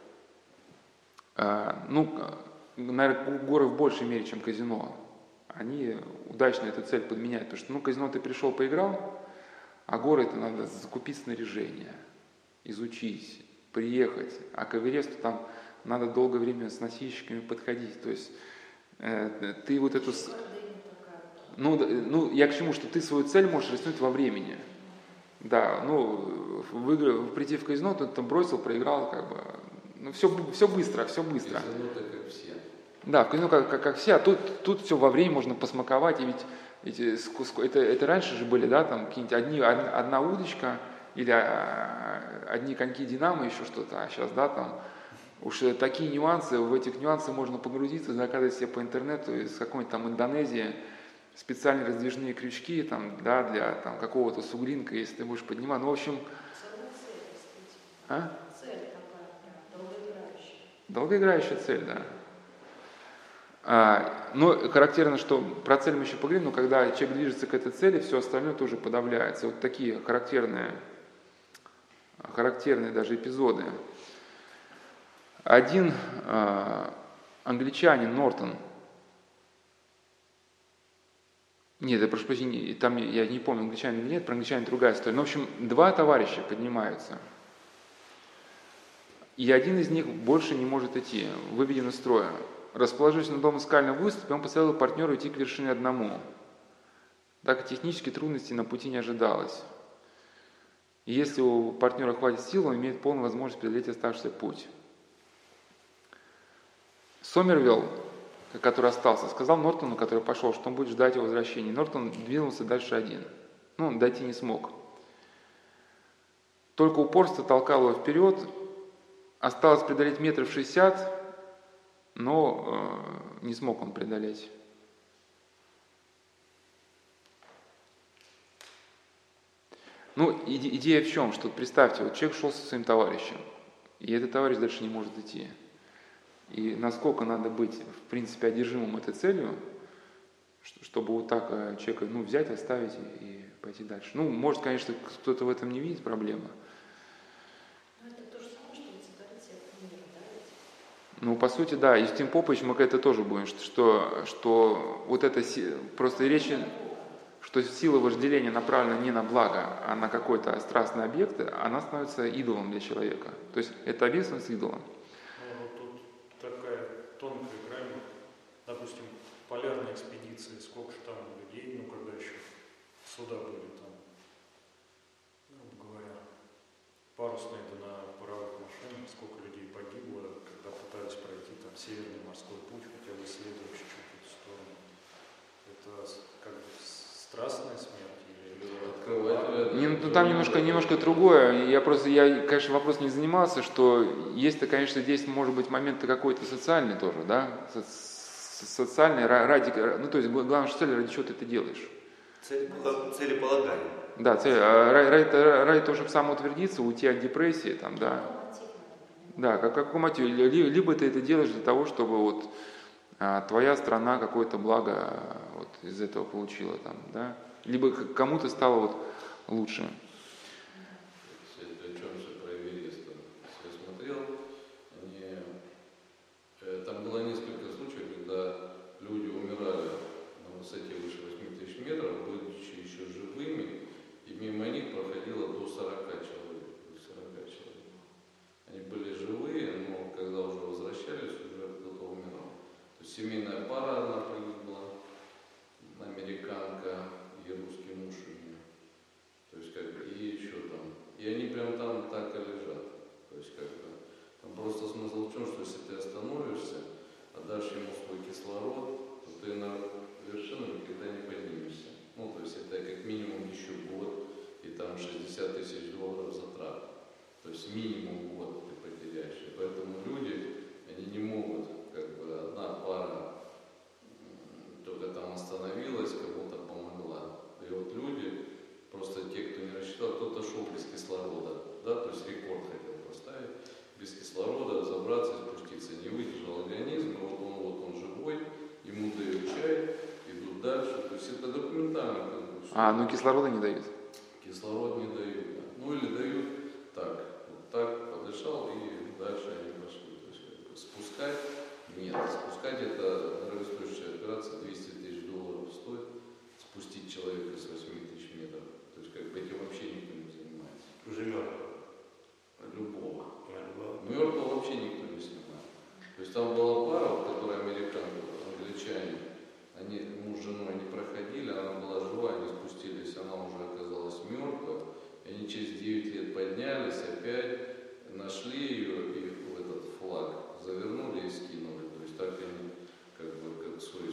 наверное, горы в большей мере, чем казино, они удачно эту цель подменяют, потому что, казино ты пришел, поиграл, а горы это надо закупить снаряжение, изучить, приехать, а к Эвересту там надо долгое время с носильщиками подходить, то есть ты вот эту... я к чему, что ты свою цель можешь растянуть во времени. Да, прийти в казино, ты там бросил, проиграл, все быстро. В казино как все. Да, в казино как все, а тут все во время можно посмаковать, и ведь это раньше же были, да, там какие-нибудь одна удочка, или одни коньки Динамо, еще что-то, а сейчас, да, там, уж такие нюансы, в этих нюансы можно погрузиться, заказать себе по интернету из какой-нибудь там Индонезии, специальные раздвижные крючки там, да, для там, какого-то суглинка, если ты будешь поднимать. Ну, в общем... Цель такая, долгоиграющая. Долгоиграющая цель, да. Но характерно, что про цель мы еще поговорим, но когда человек движется к этой цели, все остальное тоже подавляется. Вот такие характерные даже эпизоды. Один англичанин, Нортон, нет, я прошу прощения, там я не помню, англичанин или нет, про англичанина другая история. Но, в общем, 2 товарища поднимаются. И один из них больше не может идти, выведен из строя. Расположившись на долгом скальном выступе, он посоветовал партнеру идти к вершине одному. Так как технические трудности на пути не ожидалось. И если у партнера хватит сил, он имеет полную возможность преодолеть оставшийся путь. Сомервилл, который остался, сказал Нортону, который пошел, что он будет ждать его возвращения. Нортон двинулся дальше один. Дойти не смог. Только упорство толкало его вперед. Осталось преодолеть 60 метров, но не смог он преодолеть. Идея в чем? Что представьте, вот человек шел со своим товарищем. И этот товарищ дальше не может идти. И насколько надо быть, в принципе, одержимым этой целью, чтобы вот так человека взять, оставить и пойти дальше. Может, конечно, кто-то в этом не видит проблемы. Но это то же самое, что вы сотворите этот мир, да? Ведь? По сути, да. И с Тим Попович мы к это тоже будем, что вот это просто речь, что сила вожделения направлена не на благо, а на какой-то страстный объект, она становится идолом для человека. То есть это объект становится идолом. Тут такая тонкая грань, допустим, полярные экспедиции, сколько же там людей, когда еще суда были там, грубо говоря, парусные да на паровых машинах, сколько людей погибло, когда пытались пройти там Северный морской путь, хотя бы исследовать чуть-чуть эту сторону. Это как бы страстная смерть или... Там немножко другое. Я, конечно, вопрос не занимался, что есть-то, конечно, здесь может быть момент какой-то социальный тоже, да? Социальный, то есть главное, что цель, ради чего ты это делаешь. Целеполагание. Да, ради того, чтобы самоутвердиться, уйти от депрессии, там, да. Да, какой мотив? Либо ты это делаешь для того, чтобы твоя страна какое-то благо из этого получила, там, да. Либо кому-то стало лучше. Кстати, о чем же про Эверест? Я смотрел, там было несколько случаев, когда люди умирали на высоте выше 8000 метров, будучи еще живыми, и мимо них проходило до 40 человек. Они были живые, но когда уже возвращались, уже кто-то умирал. То есть семейная пара одна погибла, американка и русский муж у нее. То есть и еще там. И они прям там так и лежат. То есть там просто смысл в чем, что если ты остановишься, отдашь ему свой кислород, то ты на вершину никогда не поднимешься. То есть это как минимум еще год, и там 60 000 долларов затрат. То есть минимум год ты потеряешь. И поэтому люди, они не могут, одна пара только там остановилась, кому-то помогла. И люди, просто те, кто не рассчитал, кто-то шел без кислорода, да, то есть рекорд хотел поставить, без кислорода забраться и спуститься. Не выдержал организм, и он живой, ему дают чай, идут дальше. То есть это документально. Кислорода не дают? Кислород не дают, да. Или дают так подышал, и дальше они пошли. То есть спускать, нет, спускать это дорогостоящая операция, 200 000 долларов стоит, спустить человека с 8000 метров. То есть этим вообще никто не занимается. Уже мертвого. Любого. Мертвого вообще никто не снимает. То есть там была пара, которая англичане, они муж с женой не проходили, она была жива, они спустились, она уже оказалась мертвая. И они через 9 лет поднялись, опять нашли ее и в этот флаг завернули и скинули. То есть так они как свою.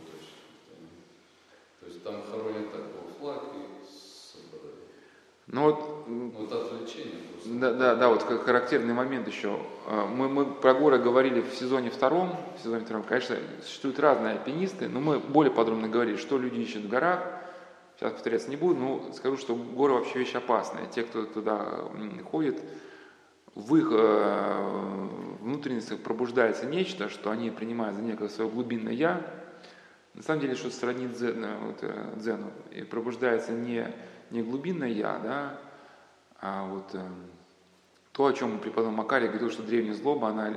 То есть там хоронят такой флаг и собрали. Это отвлечение просто. Да, как характерный момент еще. Мы про горы говорили в сезоне втором. Конечно, существуют разные альпинисты, но мы более подробно говорили, что люди ищут в горах. Сейчас повторяться не буду, но скажу, что горы вообще вещь опасная. Те, кто туда ходит, в их внутренностях пробуждается нечто, что они принимают за некое свое глубинное «я». На самом деле, что-то сродни дзену. И пробуждается не глубинное «я», да, а то, о чем преподобный Макарий говорил, что древняя злоба, она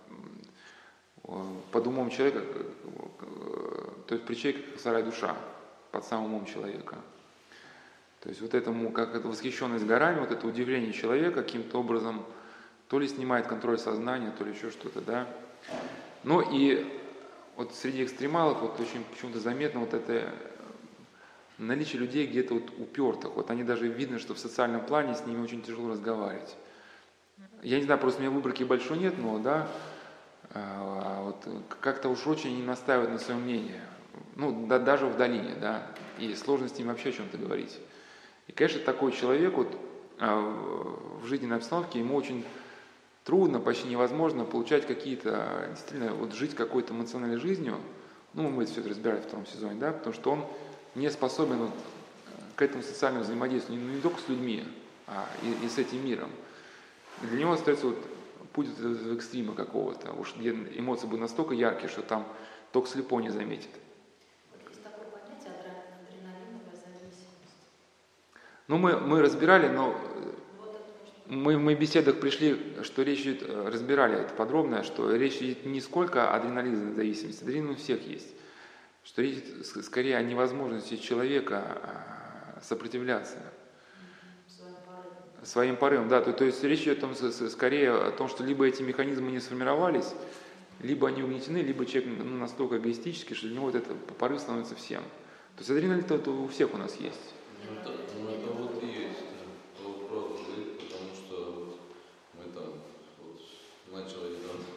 под умом человека, то есть при человеке как сарай душа, под самым умом человека. То есть этому, как это восхищенность горами, это удивление человека каким-то образом то ли снимает контроль сознания, то ли еще что-то, да. И среди экстремалов очень почему-то заметно это наличие людей где-то упертых. Они даже видно, что в социальном плане с ними очень тяжело разговаривать. Я не знаю, просто у меня выборки большой нет, но да, как-то уж очень они настаивают на своем мнении. Даже в долине, да, и сложно с ним вообще о чем-то говорить. И, конечно, такой человек в жизненной обстановке, ему очень трудно, почти невозможно получать какие-то, действительно, жить какой-то эмоциональной жизнью. Мы это все это разбирали в втором сезоне, да, потому что он не способен к этому социальному взаимодействию не только с людьми, а и с этим миром. И для него остается путь в экстрима какого-то, уж где эмоции будут настолько яркие, что там только слепой не заметит. Есть такое понятие адреналиновая зависимость. Ну, мы разбирали, но Вот это мы в беседах пришли, что речь идет, разбирали это подробно, что речь идет не сколько о адреналиновой зависимости, адреналин у всех есть, что речь идет скорее о невозможности человека сопротивляться своим порывам. Да, то есть речь идет скорее о том, что либо эти механизмы не сформировались, либо они угнетены, либо человек настолько эгоистический, что для него вот этот порыв становится всем. То есть адреналин это у всех у нас есть. Это вот и есть вопрос, потому что мы там вот начали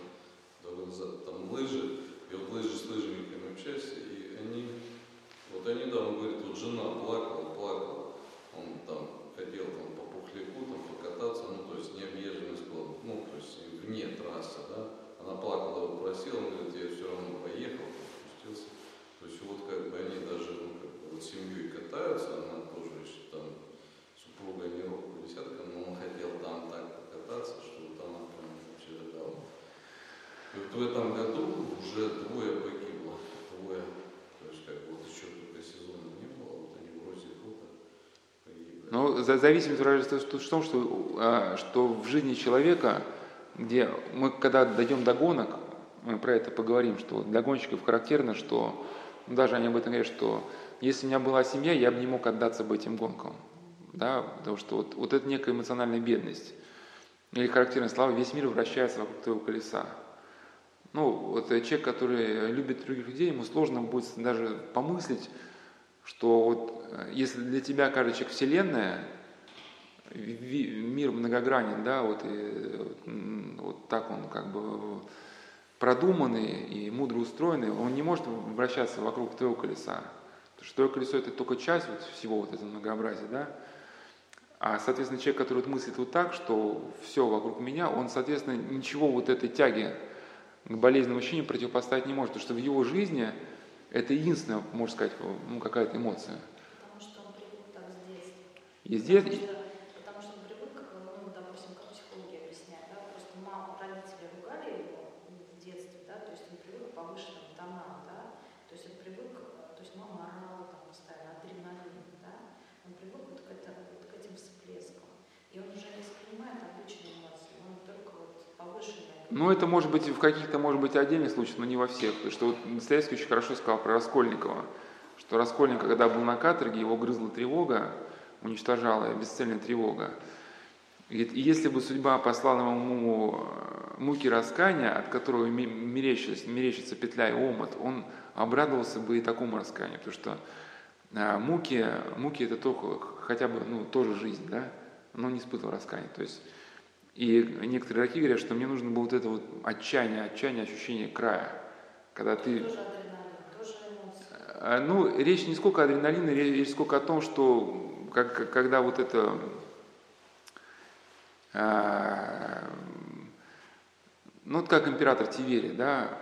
там лыжи, и вот лыжи с лыжниками общаешься, и они да, он говорит, вот жена плакала, он там хотел там по Пухляку там покататься, ну то есть необъезженный склон, ну то есть вне трассы, да, она плакала, его просила, он говорит, я все равно поехал, спустился, то есть вот как бы они даже вот семьей катаются, она тоже еще там супруга не руку десятка, но он хотел там так покататься, что вот она прям вообще рыдала. И вот в этом году уже 2 погибло, 2, то есть как вот еще только сезона не было, вот они в розе года погибли. Ну, зависимость выражается в том, что в жизни человека, где мы, когда дойдем до гонок, мы про это поговорим, что для гонщиков характерно, что, даже они об этом говорят, что если у меня была семья, я бы не мог отдаться бы этим гонкам, да, потому что вот это некая эмоциональная бедность. Или характерная слава, весь мир вращается вокруг твоего колеса. Ну, вот человек, который любит других людей, ему сложно будет даже помыслить, что вот если для тебя каждый человек вселенная, мир многогранен, да, вот так он как бы продуманный и мудро устроенный, он не может вращаться вокруг твоего колеса. Потому что твое колесо это только часть вот всего вот этого многообразия, да. А, соответственно, человек, который мыслит вот так, что все вокруг меня, он, соответственно, ничего вот этой тяги к болезненному ощущению противопоставить не может, потому что в его жизни это единственная, можно сказать, какая-то эмоция. Потому что он привык так с детства. И с детства. Потому что он привык, допустим, как психологи объясняют, да, просто родители ругали его в детстве, да, то есть он привык к повышенным тонам, да, то есть он привык, то есть мама орала там постоянно, адреналин, да, он привык вот к этим всплескам, и он уже не воспринимает обычные эмоции, он только вот повышенные. Ну, это может быть в каких-то, может быть, отдельных случаях, но не во всех. Потому что вот Достоевский очень хорошо сказал про Раскольникова, что Раскольников, когда был на каторге, его грызла тревога, уничтожала бесцельная тревога. И если бы судьба послала ему муки раскаяния, от которого мерещится петля и омут, он обрадовался бы и такому раскаянию, потому что муки это только, хотя бы, тоже жизнь, да, но не испытывал раскаяния. То есть, и некоторые раки говорят, что мне нужно было вот это вот отчаяние, ощущение края, когда ты... Тоже адреналин, тоже эмоции. Ну, речь не сколько о адреналине, речь сколько о том, что когда вот это... Ну, вот как император Тиверий, да,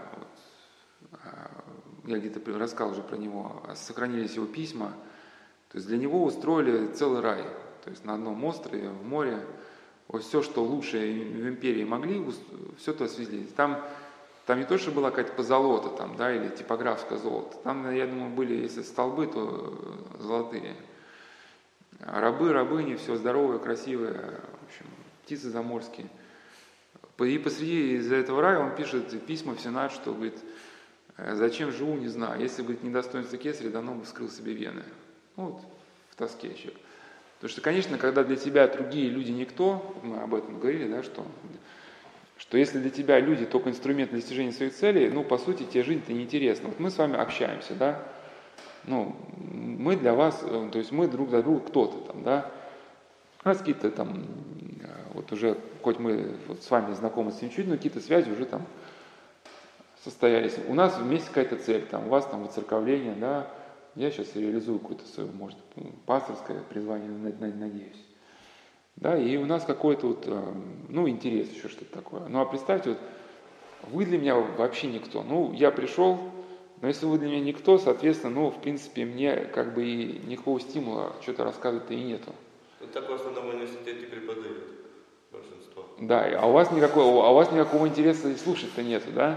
я где-то рассказал уже про него, сохранились его письма, то есть для него устроили целый рай, то есть на одном острове, в море, вот все, что лучшее в империи могли, все то свезли. Там не то, что была какая-то позолота, там, да, или типографское золото, там, я думаю, были, если столбы, то золотые. Рабы, рабыни, все здоровое, красивое, в общем, птицы заморские. И посреди из-за этого рая он пишет письма в Сенат, что, говорит, зачем живу, не знаю. Если, говорит, недостоинство кесаря, давно бы вскрыл себе вены. Ну, вот в тоске человек. Потому что, конечно, когда для тебя другие люди никто, мы об этом говорили, да, что если для тебя люди только инструмент для достижения своих целей, по сути, тебе жизнь-то неинтересна. Вот мы с вами общаемся, да, мы для вас, то есть мы друг для друга кто-то там, да, у нас какие-то там, вот уже, хоть мы вот с вами знакомы с ним чуть, но какие-то связи уже там состоялись. У нас вместе какая-то цель, там, у вас там воцерковление, да, я сейчас реализую какое-то свое, может, пасторское призвание, надеюсь. Да, и у нас какой-то вот, интерес, еще что-то такое. Ну, а представьте, вот, вы для меня вообще никто. Я пришел, но если вы для меня никто, соответственно, в принципе, мне как бы и никакого стимула что-то рассказывать-то и нету. Так в основном в университете преподают большинство. Да, а у вас никакого интереса и слушать-то нету, да?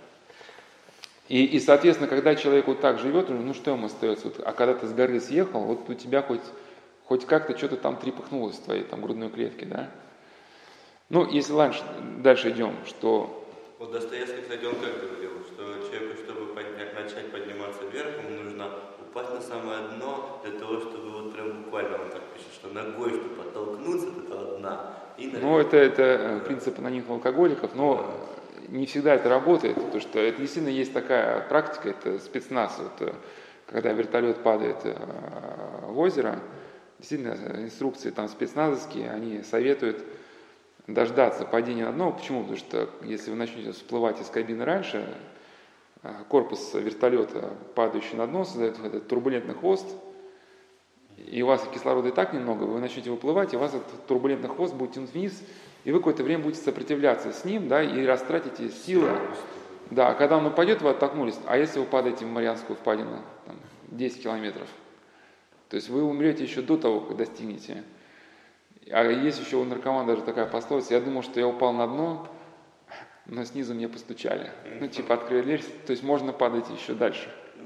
И, соответственно, когда человек вот так живет, ну что ему остается? Вот, а когда ты с горы съехал, вот у тебя хоть как-то что-то там трепыхнулось в твоей там грудной клетке, да? Ну, если дальше идем, что... Вот Достоевский, кстати, он как говорил, что человеку, чтобы начать подниматься вверх, ему нужно упасть на самое дно для того, чтобы вот прям буквально он так пишет, что ногой, чтобы оттолкнуться от этого дна. Ну, это принцип анонимных алкоголиков, но не всегда это работает, потому что это действительно есть такая практика, это спецназ, вот, когда вертолет падает в озеро, действительно инструкции там спецназовские, они советуют дождаться падения на дно. Почему? Потому что если вы начнете всплывать из кабины раньше, корпус вертолета, падающий на дно, создает этот турбулентный хвост, и у вас кислорода и так немного, вы начнете выплывать, и у вас этот турбулентный хвост будет тянуть вниз, и вы какое-то время будете сопротивляться с ним, да, и растратите силы. Да, а когда он упадет, вы оттолкнулись. А если вы падаете в Марианскую впадину, там, 10 километров, то есть вы умрете еще до того, как достигнете. А есть еще у наркомана даже такая пословица: я думал, что я упал на дно, но снизу мне постучали. Ну, типа открыли дверь, то есть можно падать еще дальше.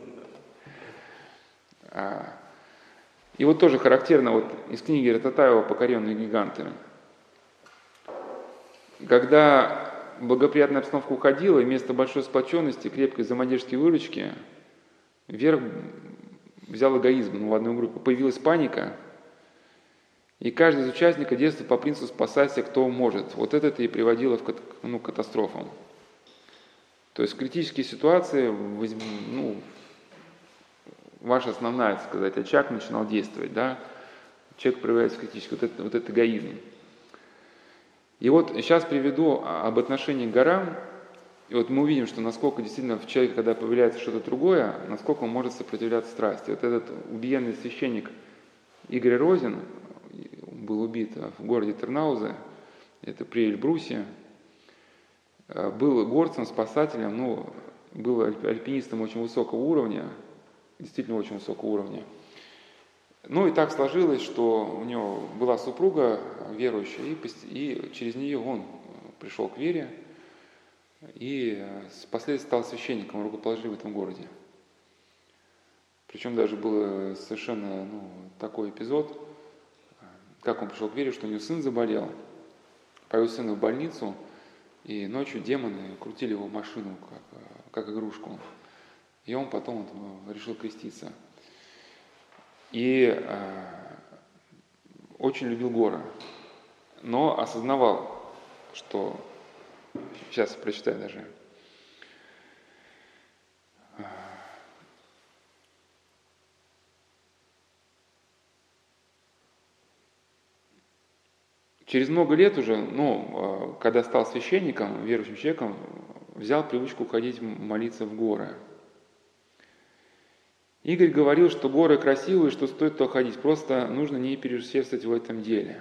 И вот тоже характерно вот из книги Рататаева «Покоренные гиганты». Когда благоприятная обстановка уходила, и вместо большой сплоченности, крепкой взаимодействия выручки, вверх взял эгоизм в одной группе. Появилась паника, и каждый из участников действовал по принципу «спасайся, кто может». Вот это и приводило к катастрофам. То есть в критические ситуации ваша основная, так сказать, очаг начинал действовать, да? Человек проявляется критически, вот этот эгоизм. И вот сейчас приведу об отношении к горам, и вот мы увидим, что насколько действительно в человеке, когда появляется что-то другое, насколько он может сопротивляться страсти. Вот этот убиенный священник Игорь Розин был убит в городе Тернаузе, это при Эльбрусе, был горцем, спасателем, был альпинистом очень высокого уровня, действительно очень высокого уровня. Ну и так сложилось, что у него была супруга верующая, и через нее он пришел к вере, и впоследствии стал священником, рукоположил в этом городе. Причем даже был совершенно такой эпизод, как он пришел к вере, что у него сын заболел, повез сына в больницу, и ночью демоны крутили его в машину, как игрушку. И он потом решил креститься. И очень любил горы, но осознавал, что... Сейчас прочитаю даже. Через много лет уже, когда стал священником, верующим человеком, взял привычку ходить молиться в горы. Игорь говорил, что горы красивые, что стоит туда ходить, просто нужно не переусердствовать в этом деле.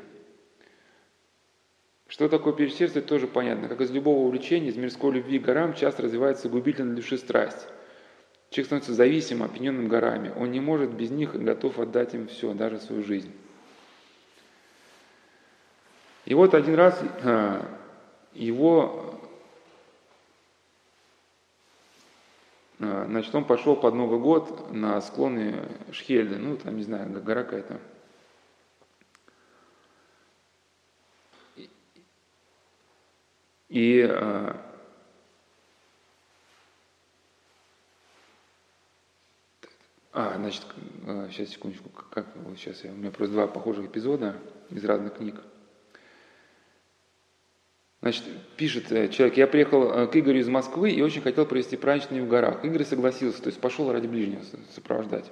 Что такое переусердствовать, тоже понятно. Как из любого увлечения, из мирской любви к горам часто развивается губительная для души страсть. Человек становится зависимым, опьяненным горами. Он не может без них и готов отдать им все, даже свою жизнь. И вот один раз он пошел под Новый год на склоны Шхельды, там, не знаю, гора какая-то. И сейчас, секундочку, у меня просто два похожих эпизода из разных книг. Значит, пишет человек: я приехал к Игорю из Москвы и очень хотел провести праздничные в горах. Игорь согласился, то есть пошел ради ближнего сопровождать.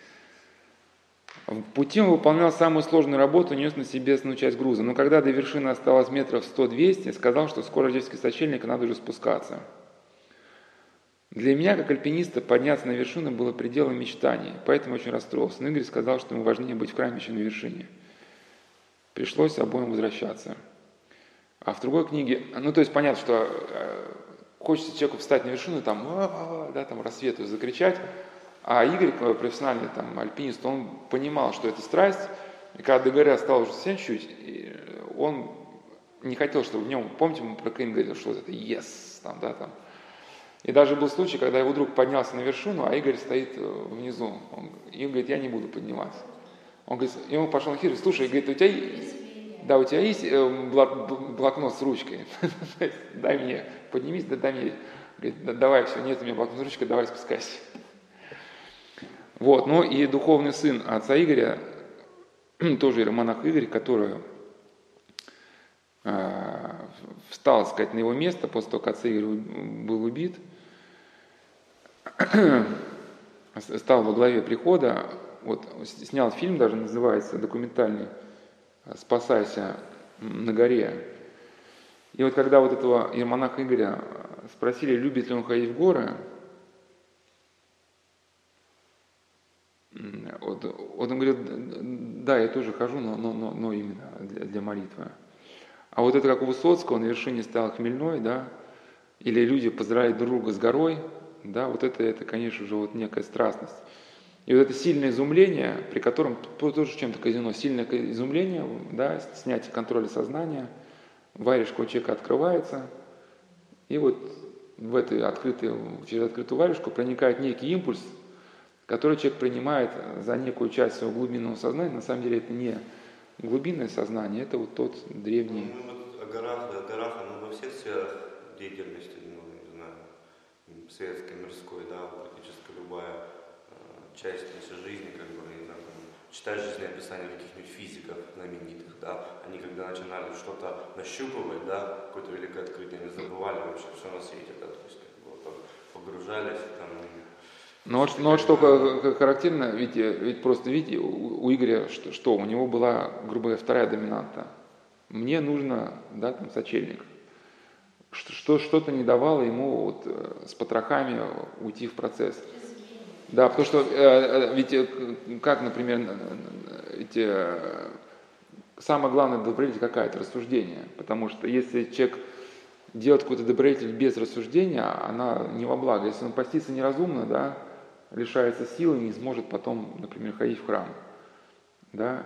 В пути он выполнял самую сложную работу, нес на себе основную часть груза. Но когда до вершины осталось метров 100-200, сказал, что скоро Рождественский сочельник, надо уже спускаться. Для меня, как альпиниста, подняться на вершину было пределом мечтаний, поэтому очень расстроился. Но Игорь сказал, что ему важнее быть в храме, чем на вершине. Пришлось обоим возвращаться. А в другой книге, то есть понятно, что хочется человеку встать на вершину, там рассвету закричать, а Игорь, профессиональный альпинист, он понимал, что это страсть, и когда до горы осталось уже совсем чуть, он не хотел, чтобы в нем, помните, мы про Каин говорили, что это yes, там, да, там. И даже был случай, когда его друг поднялся на вершину, а Игорь стоит внизу. И он говорит, я не буду подниматься. Он говорит, и он пошел на Хир, слушай, говорит, у тебя есть блокнот с ручкой? Дай мне, поднимись, дай мне. Говорит, давай, все, нет у меня блокнот с ручкой, давай спускайся. Вот, ну и духовный сын отца Игоря, тоже иеромонах Игорь, который встал, так сказать, на его место после того, как отец Игорь был убит, стал во главе прихода, вот, снял фильм, даже называется, документальный «Спасайся на горе». И вот когда вот этого иеромонаха Игоря спросили, любит ли он ходить в горы, вот он говорит, да, я тоже хожу, но именно для молитвы. А вот это как у Высоцкого, на вершине стоял Хмельной, да, или люди поздравляют друг друга с горой, да, вот это, конечно же, вот некая страстность. И вот это сильное изумление, при котором тоже чем-то казино, сильное изумление, да, снятие контроля сознания, варежка у человека открывается, и вот через открытую варежку проникает некий импульс, который человек принимает за некую часть своего глубинного сознания. На самом деле это не глубинное сознание, это вот тот древний... Ну, вот о горах, оно во всех сферах деятельности, ну, не знаю, светской, мирской, да, практически любая часть нашей жизни, как бы, не знаю, там, читаешь жизнеописания каких-нибудь физиков знаменитых, да, они когда начинали что-то нащупывать, да, какое-то великое открытие, они забывали вообще все на свете, да, то есть, как бы, вот, погружались, там, Но вот что характерно, ведь просто видите, у Игоря что? У него была, грубо говоря, вторая доминанта. Мне нужно, да, там, сочельник. Что-то не давало ему вот с потрохами уйти в процесс. Да, потому что ведь как, например, самое главное добродетель какая-то рассуждение. Потому что если человек делает какой-то добродетель без рассуждения, она не во благо. Если он постится неразумно, да, лишается силы, не сможет потом, например, ходить в храм. Да?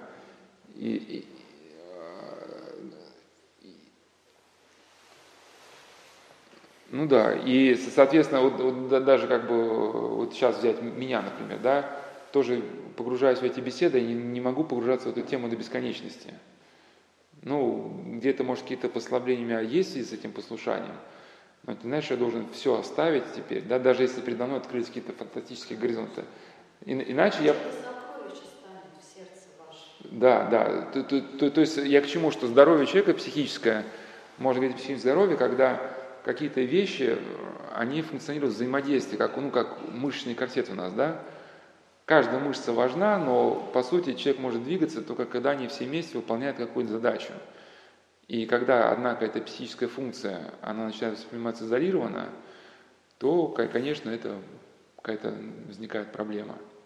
Ну да, и, соответственно, вот даже как бы вот сейчас взять меня, например, да, тоже погружаясь в эти беседы, я не могу погружаться в эту тему до бесконечности. Ну, где-то, может, какие-то послабления у меня есть в связи с этим послушанием, но ты знаешь, я должен все оставить теперь, да, даже если передо мной открылись какие-то фантастические горизонты. Иначе я... Сокровище станет в сердце вашем. Да. То есть я к чему, что здоровье человека психическое, можно говорить психическое здоровье, когда какие-то вещи, они функционируют в взаимодействии, как мышечный корсет у нас, да. Каждая мышца важна, но по сути человек может двигаться только когда они все вместе выполняют какую-то задачу. И когда одна какая-то психическая функция, она начинает восприниматься изолированно, то, конечно, это какая-то возникает проблема.